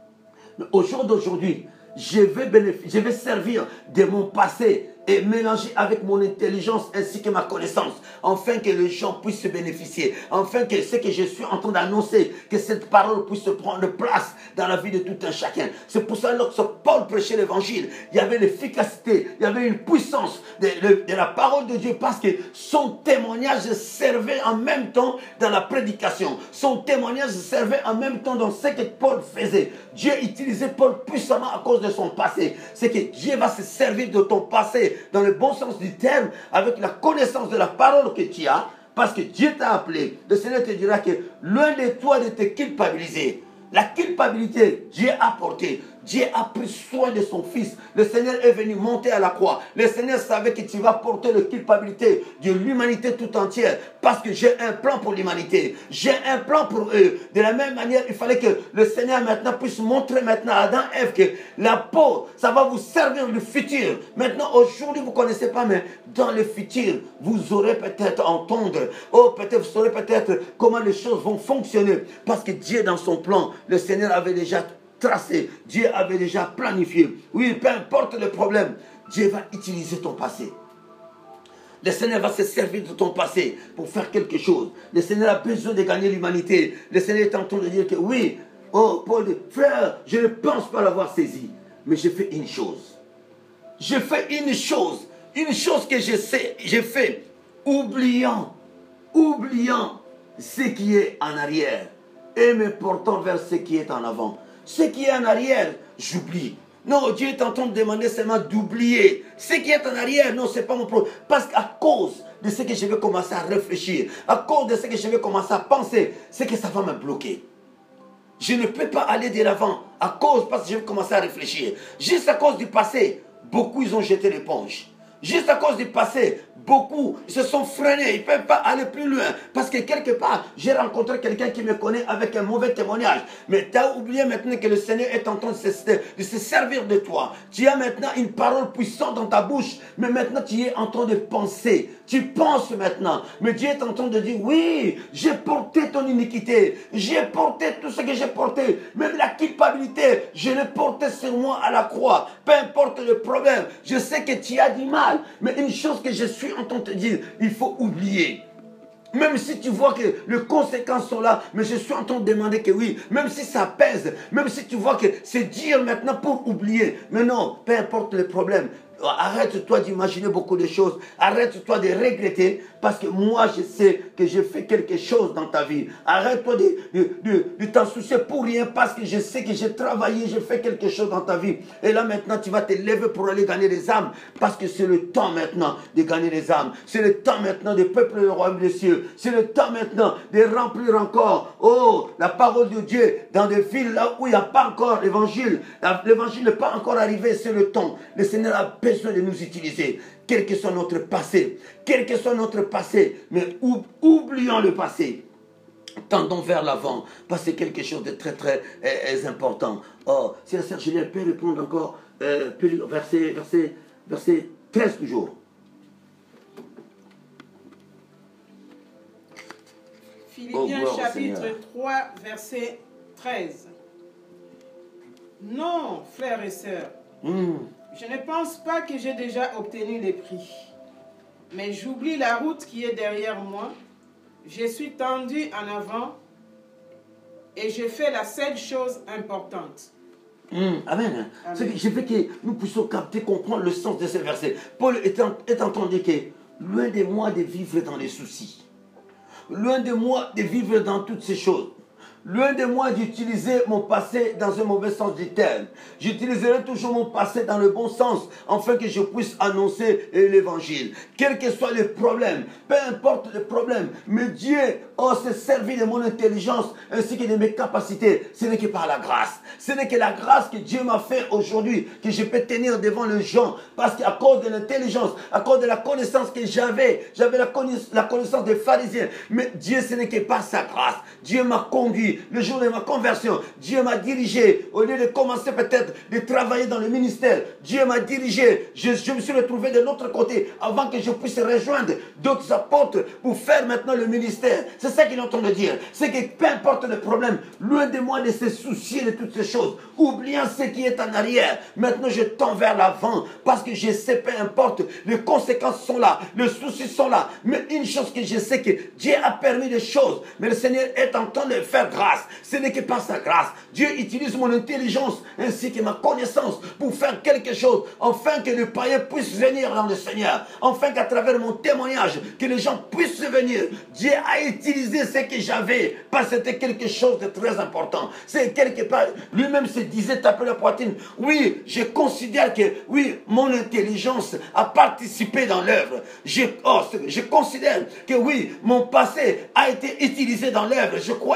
au jour d'aujourd'hui, je vais bénéficier, je vais servir de mon passé et mélanger avec mon intelligence ainsi que ma connaissance, afin que les gens puissent se bénéficier, afin que ce que je suis en train d'annoncer, que cette parole puisse prendre place dans la vie de tout un chacun. C'est pour ça que lorsque Paul prêchait l'évangile, il y avait l'efficacité, il y avait une puissance de, de, de la parole de Dieu, parce que son témoignage servait en même temps dans la prédication. Son témoignage servait en même temps dans ce que Paul faisait. Dieu utilisait Paul puissamment à cause de son passé. C'est que Dieu va se servir de ton passé dans le bon sens du terme, avec la connaissance de la parole que tu as, parce que Dieu t'a appelé. Le Seigneur te dira que loin de toi de te culpabiliser. La culpabilité, Dieu a porté. Dieu a pris soin de son fils. Le Seigneur est venu monter à la croix. Le Seigneur savait que tu vas porter la culpabilité de l'humanité tout entière. Parce que j'ai un plan pour l'humanité. J'ai un plan pour eux. De la même manière, il fallait que le Seigneur maintenant puisse montrer maintenant à Adam et Ève que la peau, ça va vous servir le futur. Maintenant, aujourd'hui, vous ne connaissez pas, mais dans le futur, vous aurez peut-être entendre. Oh, peut-être, vous saurez peut-être comment les choses vont fonctionner. Parce que Dieu, dans son plan, le Seigneur avait déjà tracé. Dieu avait déjà planifié. Oui, peu importe le problème, Dieu va utiliser ton passé. Le Seigneur va se servir de ton passé pour faire quelque chose. Le Seigneur a besoin de gagner l'humanité. Le Seigneur est en train de dire que oui, oh Paul, frère, je ne pense pas l'avoir saisi. Mais j'ai fait une chose. J'ai fait une chose. Une chose que je sais, j'ai fait, oubliant, oubliant ce qui est en arrière et me portant vers ce qui est en avant. Ce qui est en arrière, j'oublie. Non, Dieu est en train de demander seulement d'oublier. Ce qui est en arrière, non, ce n'est pas mon problème. Parce qu'à cause de ce que je vais commencer à réfléchir, à cause de ce que je vais commencer à penser, c'est que ça va me bloquer. Je ne peux pas aller de l'avant à cause, parce que je vais commencer à réfléchir. Juste à cause du passé, beaucoup ils ont jeté l'éponge. Juste à cause du passé, beaucoup se sont freinés, ils ne peuvent pas aller plus loin. Parce que quelque part, j'ai rencontré quelqu'un qui me connaît avec un mauvais témoignage. Mais tu as oublié maintenant que le Seigneur est en train de se, de se servir de toi. Tu as maintenant une parole puissante dans ta bouche, mais maintenant tu es en train de penser. Tu penses maintenant, mais Dieu est en train de dire, oui, j'ai porté ton iniquité, j'ai porté tout ce que j'ai porté, même la culpabilité, je l'ai porté sur moi à la croix. Peu importe le problème, je sais que tu as du mal, mais une chose que je suis en train de te dire, il faut oublier. Même si tu vois que les conséquences sont là, mais je suis en train de demander que oui, même si ça pèse, même si tu vois que c'est dur maintenant pour oublier, mais non, peu importe le problème. Arrête-toi d'imaginer beaucoup de choses. Arrête-toi de regretter parce que moi je sais que j'ai fait quelque chose dans ta vie. Arrête-toi de, de, de, de t'en soucier pour rien parce que je sais que j'ai travaillé, j'ai fait quelque chose dans ta vie. Et là maintenant tu vas te lever pour aller gagner des âmes parce que c'est le temps maintenant de gagner des âmes. C'est le temps maintenant de peupler le royaume des cieux. C'est le temps maintenant de remplir encore oh, la parole de Dieu dans des villes là où il n'y a pas encore l'évangile. L'évangile n'est pas encore arrivé, c'est le temps. Le Seigneur a besoin de nous utiliser, quel que soit notre passé, quel que soit notre passé, mais ou, oublions le passé, tendons vers l'avant, parce que c'est quelque chose de très très euh, important. Oh, si la sœur Juliette peut répondre encore, euh, verset, verset, verset treize toujours. Philippiens oh, chapitre trois, verset treize. Non, frères et sœurs, mm. je ne pense pas que j'ai déjà obtenu les prix, mais j'oublie la route qui est derrière moi, je suis tendu en avant et je fais la seule chose importante. Mmh, amen. amen. Je veux que nous puissions capter, comprendre le sens de ce verset. Paul est en, est en train de dire que loin de moi de vivre dans les soucis, loin de moi de vivre dans toutes ces choses, loin de moi d'utiliser mon passé dans un mauvais sens du terme. J'utiliserai toujours mon passé dans le bon sens, afin que je puisse annoncer l'évangile. Quel que soit le problème, peu importe le problème, mais Dieu oh, s'est servi de mon intelligence ainsi que de mes capacités. Ce n'est que par la grâce. Ce n'est que la grâce que Dieu m'a fait aujourd'hui, que je peux tenir devant les gens. Parce qu'à cause de l'intelligence, à cause de la connaissance que j'avais, j'avais la, connaiss la connaissance des pharisiens. Mais Dieu, ce n'est que par sa grâce. Dieu m'a conduit. Le jour de ma conversion, Dieu m'a dirigé. Au lieu de commencer peut-être de travailler dans le ministère, Dieu m'a dirigé. Je, je me suis retrouvé de l'autre côté avant que je puisse rejoindre d'autres apôtres pour faire maintenant le ministère. C'est ça qu'il est en train de dire. C'est que peu importe le problème, loin de moi de se soucier de toutes ces choses, oubliant ce qui est en arrière, maintenant je tends vers l'avant parce que je sais, peu importe, les conséquences sont là, les soucis sont là. Mais une chose que je sais que Dieu a permis des choses, mais le Seigneur est en train de faire grâce. Ce n'est que par sa grâce. Dieu utilise mon intelligence ainsi que ma connaissance pour faire quelque chose, afin que le païen puisse venir dans le Seigneur, afin qu'à travers mon témoignage, que les gens puissent venir. Dieu a utilisé ce que j'avais, parce que c'était quelque chose de très important. C'est quelque part, lui-même se disait, taper la poitrine, oui, je considère que, oui, mon intelligence a participé dans l'œuvre. Je, oh, je considère que, oui, mon passé a été utilisé dans l'œuvre. Je croyais que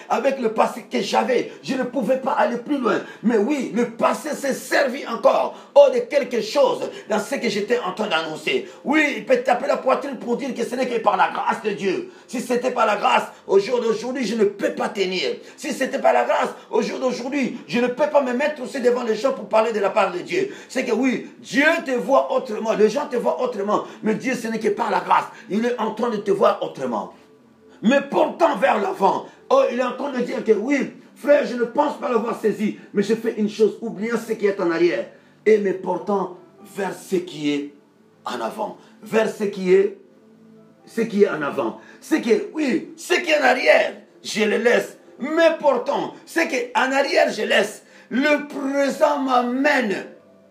avec le passé que j'avais. Je ne pouvais pas aller plus loin. Mais oui, le passé s'est servi encore oh, de quelque chose dans ce que j'étais en train d'annoncer. Oui, il peut taper la poitrine pour dire que ce n'est que par la grâce de Dieu. Si ce n'était pas la grâce, au jour d'aujourd'hui, je ne peux pas tenir. Si ce n'était pas la grâce, au jour d'aujourd'hui, je ne peux pas me mettre aussi devant les gens pour parler de la part de Dieu. C'est que oui, Dieu te voit autrement. Les gens te voient autrement. Mais Dieu, ce n'est que par la grâce. Il est en train de te voir autrement. Mais portant vers l'avant, oh, il est en train de dire que oui, frère, je ne pense pas l'avoir saisi, mais je fais une chose, oubliant ce qui est en arrière, et me portant vers ce qui est en avant, vers ce qui est, ce qui est en avant. Ce qui est, oui, ce qui est en arrière, je le laisse, mais portant, ce qui est en arrière, je laisse. Le présent m'amène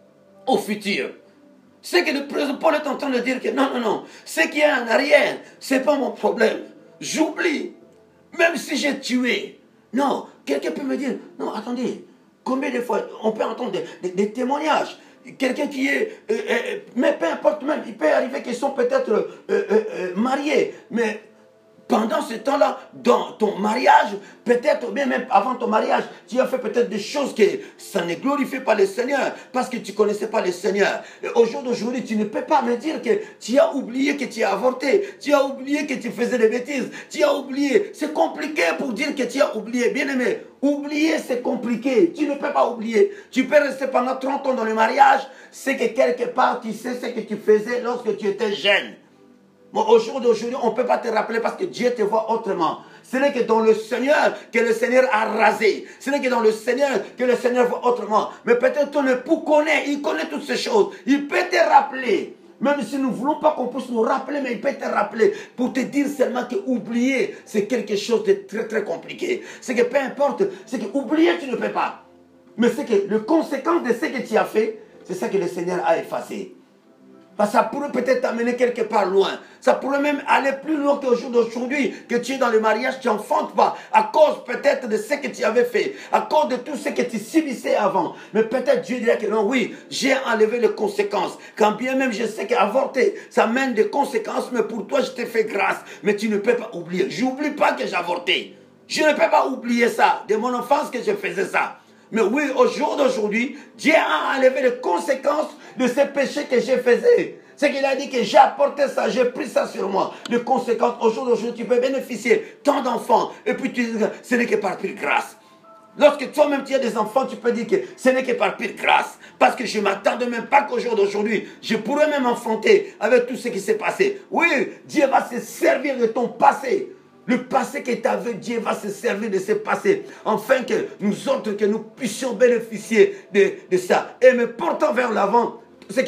au futur. C'est que le présent, Paul est en train de dire que non, non, non, ce qui est en arrière, ce n'est pas mon problème. J'oublie, même si j'ai tué. Non, quelqu'un peut me dire, non, attendez, combien de fois on peut entendre des, des, des témoignages. Quelqu'un qui est, euh, euh, mais peu importe même, il peut arriver qu'ils sont peut-être euh, euh, euh, mariés, mais pendant ce temps-là, dans ton mariage, peut-être bien même avant ton mariage, tu as fait peut-être des choses que ça ne glorifie pas le Seigneur parce que tu ne connaissais pas le Seigneur. Et au jour d'aujourd'hui, tu ne peux pas me dire que tu as oublié que tu as avorté, tu as oublié que tu faisais des bêtises, tu as oublié. C'est compliqué pour dire que tu as oublié. Bien aimé, oublier c'est compliqué. Tu ne peux pas oublier. Tu peux rester pendant trente ans dans le mariage, c'est que quelque part tu sais ce que tu faisais lorsque tu étais jeune. Bon, au jour d'aujourd'hui, on ne peut pas te rappeler parce que Dieu te voit autrement. Ce n'est que dans le Seigneur que le Seigneur a rasé. Ce n'est que dans le Seigneur que le Seigneur voit autrement. Mais peut-être ton époux connaît, il connaît toutes ces choses. Il peut te rappeler. Même si nous ne voulons pas qu'on puisse nous rappeler, mais il peut te rappeler pour te dire seulement que oublier, c'est quelque chose de très très compliqué. C'est que peu importe, c'est que oublier, tu ne peux pas. Mais c'est que le conséquence de ce que tu as fait, c'est ça que le Seigneur a effacé. Parce que ça pourrait peut-être t'amener quelque part loin. Ça pourrait même aller plus loin qu'au jour d'aujourd'hui, que tu es dans le mariage, tu n'enfantes pas. À cause peut-être de ce que tu avais fait. À cause de tout ce que tu subissais avant. Mais peut-être Dieu dirait que non, oui, j'ai enlevé les conséquences. Quand bien même je sais qu'avorter, ça mène des conséquences, mais pour toi, je t'ai fait grâce. Mais tu ne peux pas oublier. Je n'oublie pas que j'ai avorté. Je ne peux pas oublier ça. De mon enfance que je faisais ça. Mais oui, au jour d'aujourd'hui, Dieu a enlevé les conséquences de ces péchés que je faisais. C'est qu'il a dit que j'ai apporté ça, j'ai pris ça sur moi. Les conséquences, au jour d'aujourd'hui, tu peux bénéficier tant d'enfants. Et puis tu dis que ce n'est que par pure grâce. Lorsque toi-même tu as des enfants, tu peux dire que ce n'est que par pure grâce. Parce que je ne m'attendais même pas qu'au jour d'aujourd'hui, je pourrais même enfanter avec tout ce qui s'est passé. Oui, Dieu va se servir de ton passé. Le passé que tu avais, Dieu va se servir de ce passé, afin que nous autres, que nous puissions bénéficier de, de ça. Et me portant vers l'avant, c'est que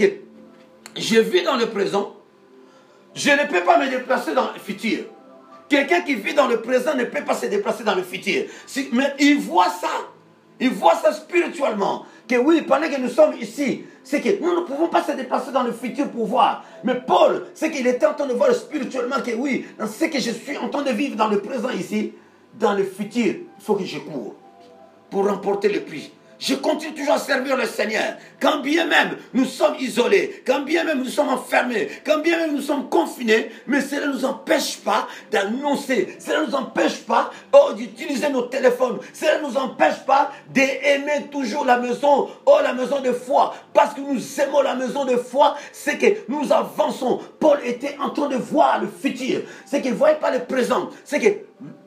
je vis dans le présent, je ne peux pas me déplacer dans le futur. Quelqu'un qui vit dans le présent ne peut pas se déplacer dans le futur. Si, mais il voit ça, il voit ça spirituellement. Que oui, pendant que nous sommes ici, c'est que nous ne pouvons pas se déplacer dans le futur pour voir. Mais Paul, c'est qu'il était en train de voir spirituellement que oui, dans ce que je suis en train de vivre dans le présent ici, dans le futur, il faut que je cours pour remporter le prix. Je continue toujours à servir le Seigneur. Quand bien même nous sommes isolés, quand bien même nous sommes enfermés, quand bien même nous sommes confinés, mais cela ne nous empêche pas d'annoncer, cela ne nous empêche pas oh, d'utiliser nos téléphones, cela ne nous empêche pas d'aimer toujours la maison, oh la maison de foi, parce que nous aimons la maison de foi, c'est que nous avançons. Paul était en train de voir le futur, c'est qu'il ne voyait pas le présent, c'est que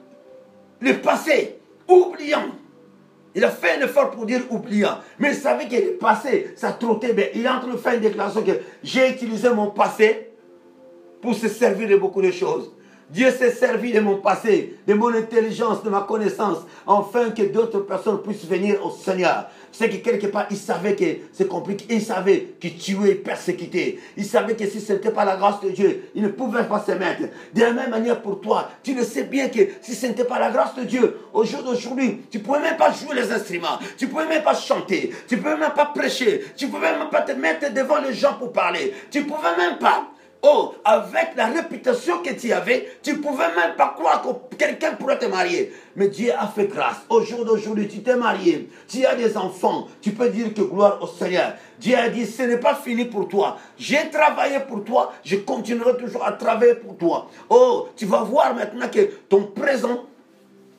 le passé, oubliant. Il a fait un effort pour dire oubliant. Mais il savait qu'il est passé, ça trottait bien. Il est en train de faire une déclaration que j'ai utilisé mon passé pour se servir de beaucoup de choses. Dieu s'est servi de mon passé, de mon intelligence, de ma connaissance, afin que d'autres personnes puissent venir au Seigneur. C'est que quelque part, il savait que c'est compliqué. Il savait que tuer, persécuter. Il savait que si ce n'était pas la grâce de Dieu, il ne pouvait pas se mettre. De la même manière pour toi, tu le sais bien que si ce n'était pas la grâce de Dieu, au jour d'aujourd'hui, tu ne pouvais même pas jouer les instruments. Tu ne pouvais même pas chanter. Tu ne pouvais même pas prêcher. Tu ne pouvais même pas te mettre devant les gens pour parler. Tu ne pouvais même pas. Oh, avec la réputation que tu avais, tu ne pouvais même pas croire que quelqu'un pourrait te marier. Mais Dieu a fait grâce. Au jour d'aujourd'hui, tu t'es marié, tu as des enfants, tu peux dire que gloire au Seigneur. Dieu a dit, ce n'est pas fini pour toi. J'ai travaillé pour toi, je continuerai toujours à travailler pour toi. Oh, tu vas voir maintenant que ton présent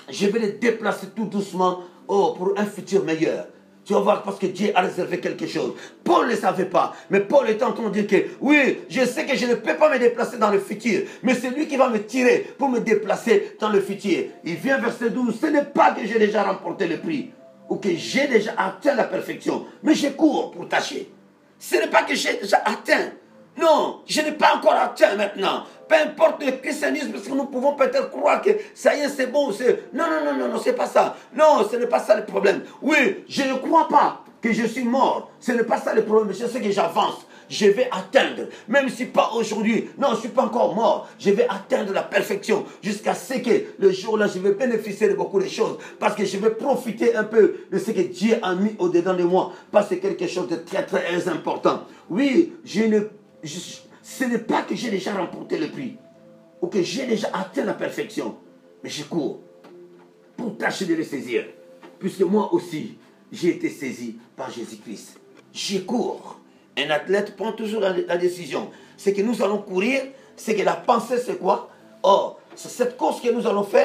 je vais les déplacer tout doucement oh, pour un futur meilleur. Tu vas voir parce que Dieu a réservé quelque chose. Paul ne le savait pas. Mais Paul était en train de dire que oui, je sais que je ne peux pas me déplacer dans le futur. Mais c'est lui qui va me tirer pour me déplacer dans le futur. Il vient verset douze. Ce n'est pas que j'ai déjà remporté le prix ou que j'ai déjà atteint la perfection. Mais je cours pour tâcher. Ce n'est pas que j'ai déjà atteint. Non, je n'ai pas encore atteint maintenant. Peu importe le christianisme, parce que nous pouvons peut-être croire que ça y est, c'est bon. Non, non, non, non, non, c'est pas ça. Non, ce n'est pas ça le problème. Oui, je ne crois pas que je suis mort. Ce n'est pas ça le problème. Je sais que j'avance. Je vais atteindre, même si pas aujourd'hui. Non, je ne suis pas encore mort. Je vais atteindre la perfection jusqu'à ce que le jour-là, je vais bénéficier de beaucoup de choses. Parce que je vais profiter un peu de ce que Dieu a mis au-dedans de moi. Parce que c'est quelque chose de très, très important. Oui, je ne... Je, ce n'est pas que j'ai déjà remporté le prix ou que j'ai déjà atteint la perfection, mais je cours pour tâcher de le saisir, puisque moi aussi j'ai été saisi par Jésus-Christ. Je cours. Un athlète prend toujours la, la décision. C'est que nous allons courir, c'est que la pensée c'est quoi? Oh, c'est cette course que nous allons faire.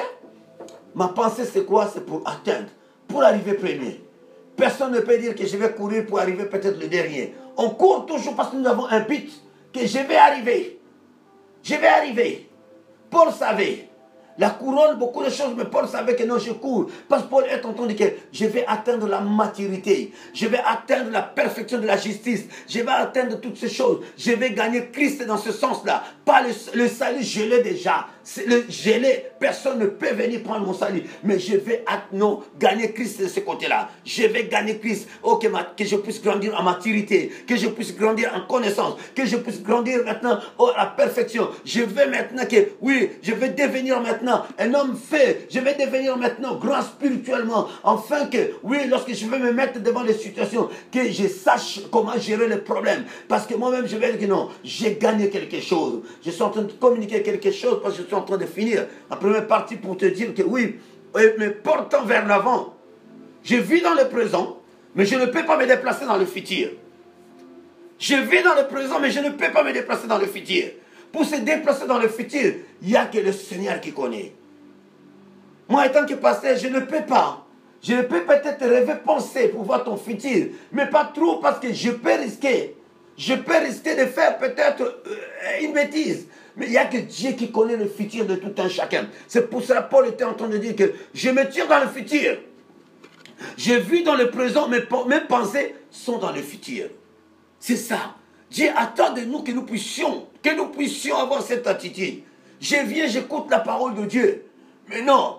Ma pensée c'est quoi? C'est pour atteindre, pour arriver premier. Personne ne peut dire que je vais courir pour arriver peut-être le dernier. On court toujours parce que nous avons un but. Que je vais arriver. Je vais arriver. Paul savait. La couronne, beaucoup de choses, mais Paul savait que non, je cours. Parce que Paul est en train de dire que je vais atteindre la maturité. Je vais atteindre la perfection de la justice. Je vais atteindre toutes ces choses. Je vais gagner Christ dans ce sens-là. Pas le, le salut, je l'ai déjà. Le, je l'ai. Personne ne peut venir prendre mon salut. Mais je vais non, gagner Christ de ce côté-là. Je vais gagner Christ. Oh, que, ma, que je puisse grandir en maturité. Que je puisse grandir en connaissance. Que je puisse grandir maintenant oh, à la perfection. Je vais maintenant que, oui, je vais devenir maintenant un homme fait, je vais devenir maintenant grand spirituellement, afin que, oui, lorsque je vais me mettre devant les situations, que je sache comment gérer les problèmes, parce que moi-même je vais dire que non, j'ai gagné quelque chose, je suis en train de communiquer quelque chose, parce que je suis en train de finir la première partie pour te dire que oui, me portant vers l'avant, je vis dans le présent, mais je ne peux pas me déplacer dans le futur. Je vis dans le présent, mais je ne peux pas me déplacer dans le futur. Pour se déplacer dans le futur, il n'y a que le Seigneur qui connaît. Moi, étant que pasteur, je ne peux pas. Je ne peux peut-être rêver, penser pour voir ton futur, mais pas trop parce que je peux risquer. Je peux risquer de faire peut-être euh, une bêtise. Mais il n'y a que Dieu qui connaît le futur de tout un chacun. C'est pour cela que Paul était en train de dire que je me tire dans le futur. J'ai vu dans le présent, mais mes pensées sont dans le futur. C'est ça. Dieu attend de nous que nous puissions, que nous puissions avoir cette attitude. Je viens, j'écoute la parole de Dieu. Mais non,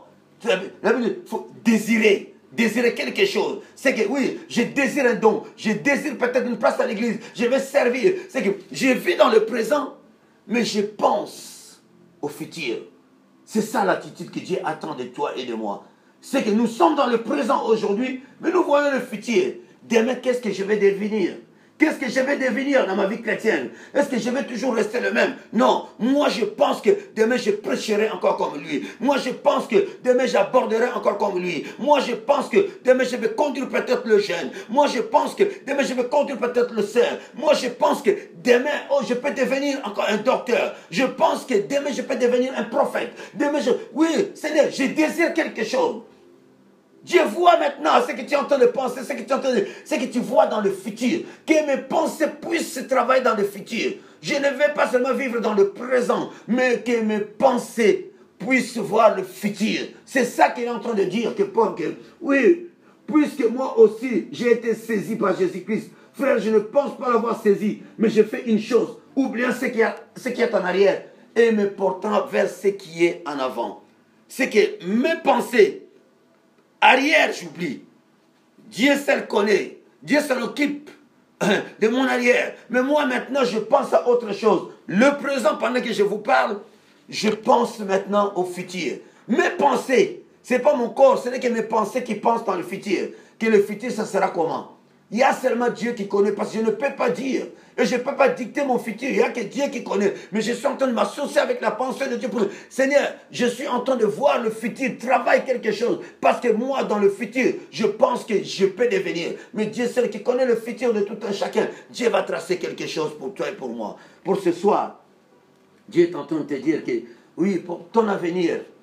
il faut désirer, désirer quelque chose. C'est que oui, je désire un don, je désire peut-être une place à l'église, je vais servir. C'est que je vis dans le présent, mais je pense au futur. C'est ça l'attitude que Dieu attend de toi et de moi. C'est que nous sommes dans le présent aujourd'hui, mais nous voyons le futur. Demain, qu'est-ce que je vais devenir? Qu'est-ce que je vais devenir dans ma vie chrétienne? Est-ce que je vais toujours rester le même? Non. Moi, je pense que demain, je prêcherai encore comme lui. Moi, je pense que demain, j'aborderai encore comme lui. Moi, je pense que demain, je vais conduire peut-être le jeune. Moi, je pense que demain, je vais conduire peut-être le sœur. Moi, je pense que demain, oh, je peux devenir encore un docteur. Je pense que demain, je peux devenir un prophète. Demain, je... Oui, Seigneur, je désire quelque chose. Dieu voit maintenant ce que tu es en train de penser, ce que tu es en train de, ce que tu vois dans le futur. Que mes pensées puissent travailler dans le futur. Je ne vais pas seulement vivre dans le présent, mais que mes pensées puissent voir le futur. C'est ça qu'il est en train de dire, que Paul, que, oui, puisque moi aussi j'ai été saisi par Jésus-Christ. Frère, je ne pense pas l'avoir saisi, mais je fais une chose, oubliant ce qui ce qui est en arrière et me portant vers ce qui est en avant. C'est que mes pensées arrière, j'oublie. Dieu seul connaît. Dieu s'en occupe de mon arrière. Mais moi, maintenant, je pense à autre chose. Le présent, pendant que je vous parle, je pense maintenant au futur. Mes pensées, ce n'est pas mon corps, ce n'est que mes pensées qui pensent dans le futur. Que le futur, ça sera comment? Il y a seulement Dieu qui connaît, parce que je ne peux pas dire, et je ne peux pas dicter mon futur, il n'y a que Dieu qui connaît. Mais je suis en train de m'associer avec la pensée de Dieu pour dire, Seigneur, je suis en train de voir le futur, travaille quelque chose, parce que moi, dans le futur, je pense que je peux devenir. Mais Dieu, c'est qui connaît le futur de tout un chacun. Dieu va tracer quelque chose pour toi et pour moi. Pour ce soir, Dieu est en train de te dire que, oui, pour ton avenir,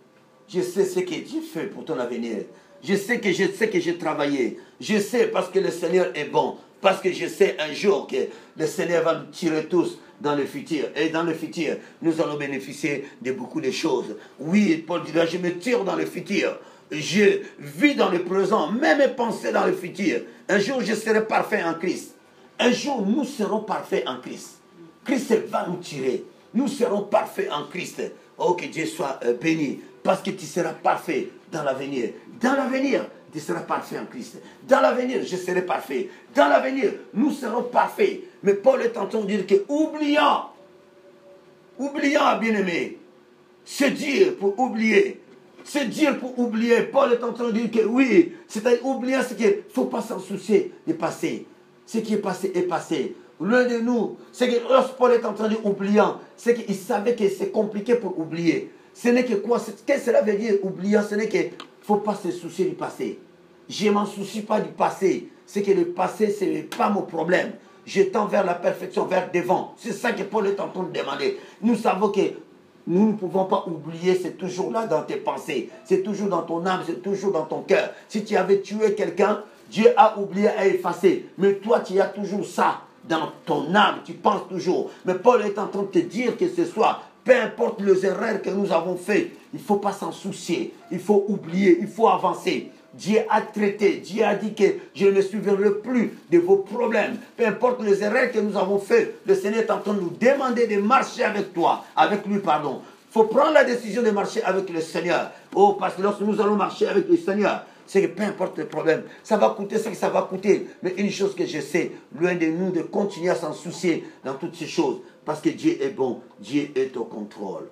Je sais ce que Dieu fait pour ton avenir. Je sais que je sais que j'ai travaillé. Je sais parce que le Seigneur est bon. Parce que je sais un jour que le Seigneur va nous tirer tous dans le futur. Et dans le futur, nous allons bénéficier de beaucoup de choses. Oui, Paul dit là, je me tire dans le futur. Je vis dans le présent, même mes pensées dans le futur. Un jour, je serai parfait en Christ. Un jour, nous serons parfaits en Christ. Christ va nous tirer. Nous serons parfaits en Christ. Oh, que Dieu soit euh, béni. Parce que tu seras parfait dans l'avenir. Dans l'avenir, tu seras parfait en Christ. Dans l'avenir, je serai parfait. Dans l'avenir, nous serons parfaits. Mais Paul est en train de dire que, oubliant, oubliant, bien-aimé, se dire pour oublier, se dire pour oublier. Paul est en train de dire que oui, c'est-à-dire oublier ce qu'il ne faut pas s'en soucier du passé. Ce qui est passé est passé. L'un de nous, c'est que lorsque Paul est en train d'oubliant, c'est qu'il savait que c'est compliqué pour oublier. Ce n'est que quoi? Qu'est-ce que cela veut dire oubliant? Ce n'est qu'il ne faut pas se soucier du passé. Je ne m'en soucie pas du passé. C'est que le passé, ce n'est pas mon problème. Je tends vers la perfection, vers devant. C'est ça que Paul est en train de demander. Nous savons que nous ne pouvons pas oublier, c'est toujours là dans tes pensées. C'est toujours dans ton âme, c'est toujours dans ton cœur. Si tu avais tué quelqu'un, Dieu a oublié, a effacé. Mais toi, tu as toujours ça dans ton âme. Tu penses toujours. Mais Paul est en train de te dire que ce soir, peu importe les erreurs que nous avons faites, il ne faut pas s'en soucier. Il faut oublier, il faut avancer. Dieu a traité, Dieu a dit que je ne me souviendrai plus de vos problèmes. Peu importe les erreurs que nous avons faites, le Seigneur est en train de nous demander de marcher avec toi, avec lui, pardon. Il faut prendre la décision de marcher avec le Seigneur. Oh, parce que lorsque nous allons marcher avec le Seigneur, c'est que peu importe le problème, ça va coûter ce que ça va coûter. Mais une chose que je sais, loin de nous de continuer à s'en soucier dans toutes ces choses. Parce que Dieu est bon, Dieu est au contrôle.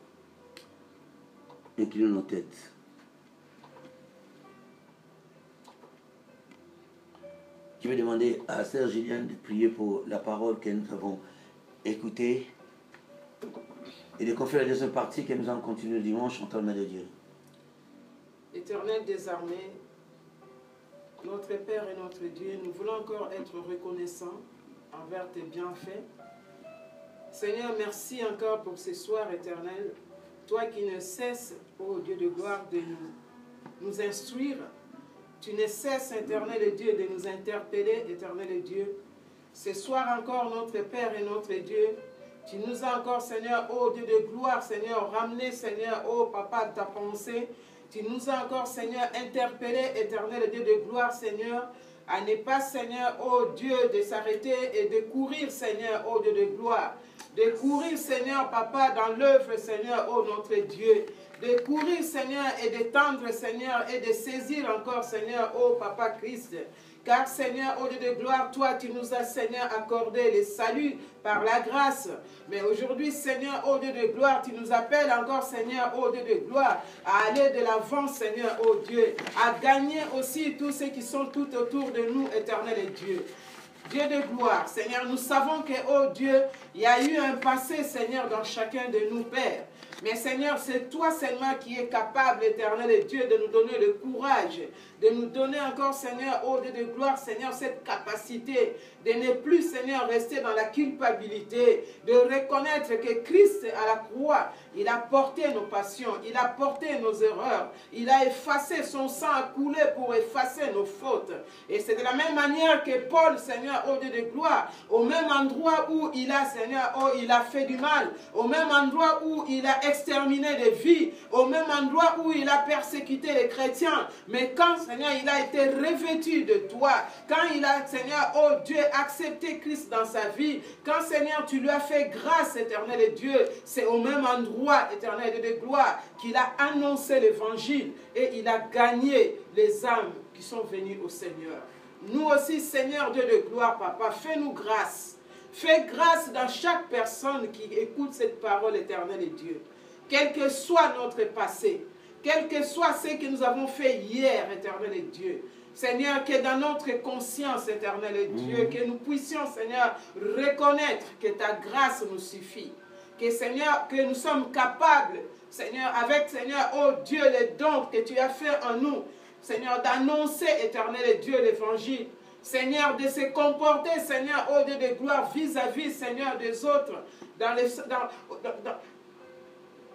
Inclinons nos têtes. Je vais demander à Sœur Gilliane de prier pour la parole que nous avons écoutée et de confier la deuxième partie que nous allons continuer dimanche entre les mains de Dieu. Éternel des armées, notre Père et notre Dieu, nous voulons encore être reconnaissants envers tes bienfaits. Seigneur, merci encore pour ce soir éternel, toi qui ne cesses, ô Dieu de gloire, de nous, nous instruire. Tu ne cesses, éternel Dieu, de nous interpeller, éternel Dieu. Ce soir encore, notre Père et notre Dieu, tu nous as encore, Seigneur, ô Dieu de gloire, Seigneur, ramené, Seigneur, ô Papa, ta pensée. Tu nous as encore, Seigneur, interpellé, éternel Dieu de gloire, Seigneur, à ne pas, Seigneur, ô Dieu, de s'arrêter et de courir, Seigneur, ô Dieu de gloire. De courir, Seigneur, Papa, dans l'œuvre, Seigneur, ô notre Dieu. De courir, Seigneur, et de tendre, Seigneur, et de saisir encore, Seigneur, ô Papa Christ. Car, Seigneur, au Dieu de gloire, toi, tu nous as, Seigneur, accordé le salut par la grâce. Mais aujourd'hui, Seigneur, au Dieu de gloire, tu nous appelles encore, Seigneur, au Dieu de gloire, à aller de l'avant, Seigneur, ô Dieu, à gagner aussi tous ceux qui sont tout autour de nous, éternel et Dieu. Dieu de gloire, Seigneur, nous savons que, oh Dieu, il y a eu un passé, Seigneur, dans chacun de nous, Père. Mais Seigneur, c'est toi seulement qui es capable, éternel et Dieu, de nous donner le courage, de nous donner encore, Seigneur, oh Dieu de gloire, Seigneur, cette capacité de ne plus, Seigneur, rester dans la culpabilité, de reconnaître que Christ à la croix, il a porté nos passions, il a porté nos erreurs, il a effacé, son sang a coulé pour effacer nos fautes. Et c'est de la même manière que Paul, Seigneur, oh Dieu de gloire, au même endroit où il a, Seigneur, oh, il a fait du mal, au même endroit où il a exterminé des vies, au même endroit où il a persécuté les chrétiens, mais quand, Seigneur, il a été revêtu de toi, quand il a, Seigneur, oh Dieu, accepté Christ dans sa vie, quand, Seigneur, tu lui as fait grâce, éternel et Dieu, c'est au même endroit, éternel et de gloire, qu'il a annoncé l'évangile et il a gagné les âmes qui sont venues au Seigneur. Nous aussi, Seigneur Dieu de gloire, Papa, fais-nous grâce. Fais grâce dans chaque personne qui écoute cette parole, éternelle et Dieu. Quel que soit notre passé, quel que soit ce que nous avons fait hier, éternel et Dieu. Seigneur, que dans notre conscience, éternel et Dieu, mmh. que nous puissions, Seigneur, reconnaître que ta grâce nous suffit. Que, Seigneur, que nous sommes capables, Seigneur, avec, Seigneur, oh Dieu, les dons que tu as fait en nous, Seigneur, d'annoncer, éternel et Dieu, l'évangile. Seigneur, de se comporter, Seigneur, oh Dieu de gloire, vis-à-vis, Seigneur, des autres, dans les... Dans, dans, dans,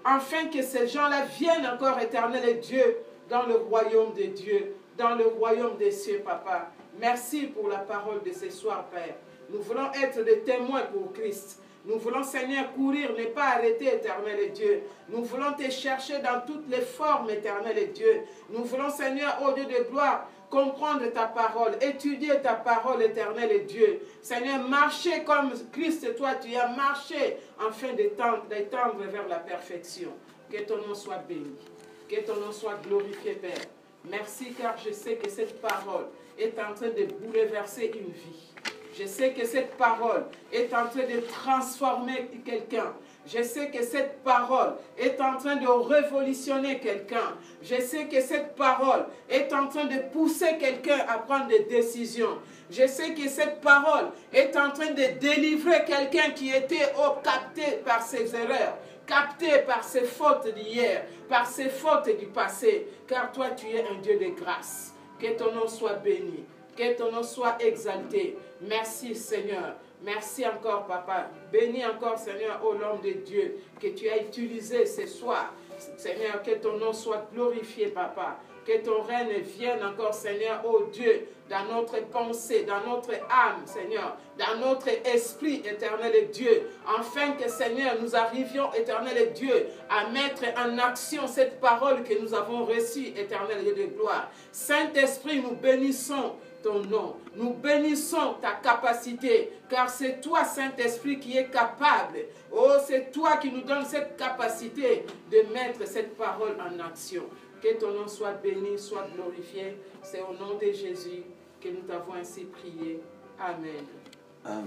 afin que ces gens-là viennent encore, éternel Dieu, dans le royaume de Dieu, dans le royaume des cieux, papa. Merci pour la parole de ce soir, Père. Nous voulons être des témoins pour Christ. Nous voulons, Seigneur, courir, ne pas arrêter, éternel Dieu. Nous voulons te chercher dans toutes les formes, éternel Dieu. Nous voulons, Seigneur, au Dieu de gloire, comprendre ta parole, étudier ta parole, éternel Dieu. Seigneur, marcher comme Christ, toi, tu as marché, afin d'étendre vers la perfection. Que ton nom soit béni. Que ton nom soit glorifié, Père. Merci, car je sais que cette parole est en train de bouleverser une vie. Je sais que cette parole est en train de transformer quelqu'un. Je sais que cette parole est en train de révolutionner quelqu'un. Je sais que cette parole est en train de pousser quelqu'un à prendre des décisions. Je sais que cette parole est en train de délivrer quelqu'un qui était oh, capté par ses erreurs, capté par ses fautes d'hier, par ses fautes du passé. Car toi, tu es un Dieu de grâce. Que ton nom soit béni. Que ton nom soit exalté. Merci Seigneur. Merci encore Papa. Bénis encore Seigneur, ô l'homme de Dieu que tu as utilisé ce soir. Seigneur, que ton nom soit glorifié Papa. Que ton règne vienne encore Seigneur, ô Dieu, dans notre pensée, dans notre âme Seigneur, dans notre esprit éternel Dieu. Afin que Seigneur, nous arrivions éternel Dieu à mettre en action cette parole que nous avons reçue éternel Dieu de gloire. Saint-Esprit, nous bénissons ton nom. Nous bénissons ta capacité, car c'est toi, Saint-Esprit, qui est capable. Oh, c'est toi qui nous donne cette capacité de mettre cette parole en action. Que ton nom soit béni, soit glorifié. C'est au nom de Jésus que nous t'avons ainsi prié. Amen. Amen.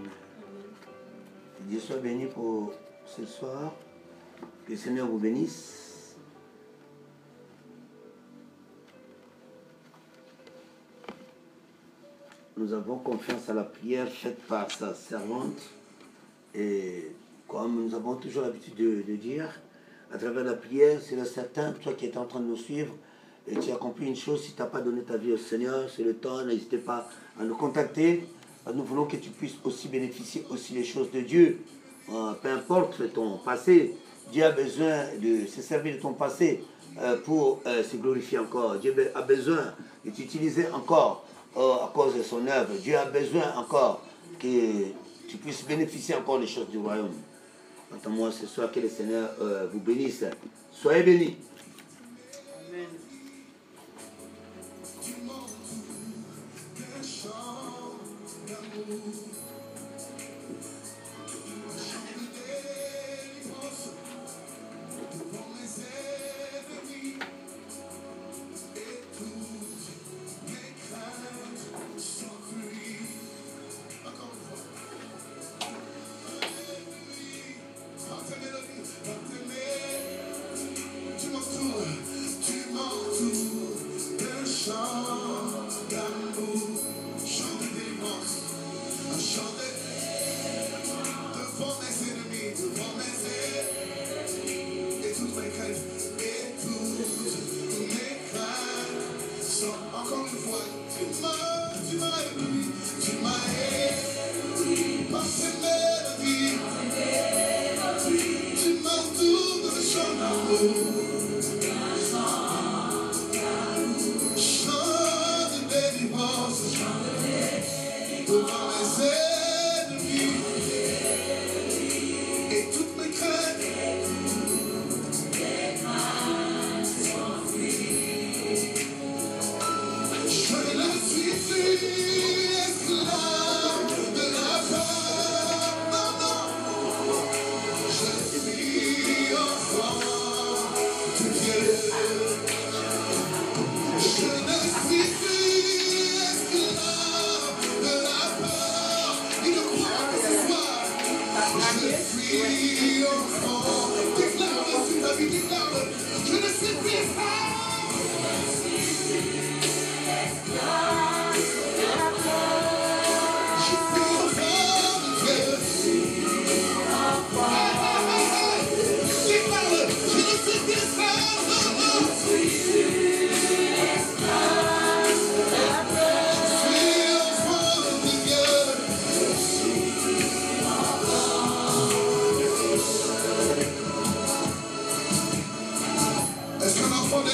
Que Dieu soit béni pour ce soir. Que le Seigneur vous bénisse. Nous avons confiance à la prière faite par sa servante. Et comme nous avons toujours l'habitude de, de dire, à travers la prière, c'est le certain, toi qui es en train de nous suivre, et tu as compris une chose, si tu n'as pas donné ta vie au Seigneur, c'est le temps, n'hésitez pas à nous contacter. Nous voulons que tu puisses aussi bénéficier aussi des choses de Dieu. Peu importe ton passé, Dieu a besoin de se servir de ton passé pour se glorifier encore. Dieu a besoin de t'utiliser encore à cause de son œuvre. Dieu a besoin encore que tu puisses bénéficier encore des choses du royaume. Entends-moi ce soir, que le Seigneur euh, vous bénisse. Soyez bénis. Amen.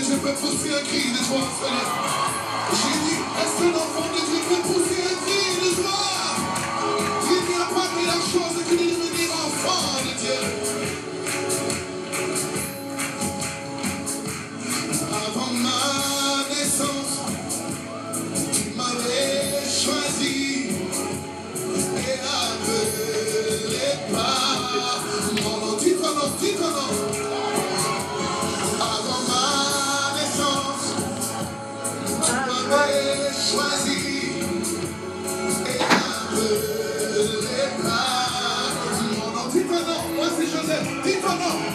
je peux pousser un cri de joie, Seigneur. J'ai dit, est-ce que l'enfant de Dieu peut pousser un cri de joie? Il n'y a pas de la chose que de devenir enfant de Dieu. Avant ma naissance, tu m'avais choisi et appelé par mon nom. Dis ton nom, dis ton nom. Avant ma naissance, tu m'avais choisi et appelé par mon nom. Dis ton nom, moi c'est Joseph, dis ton nom.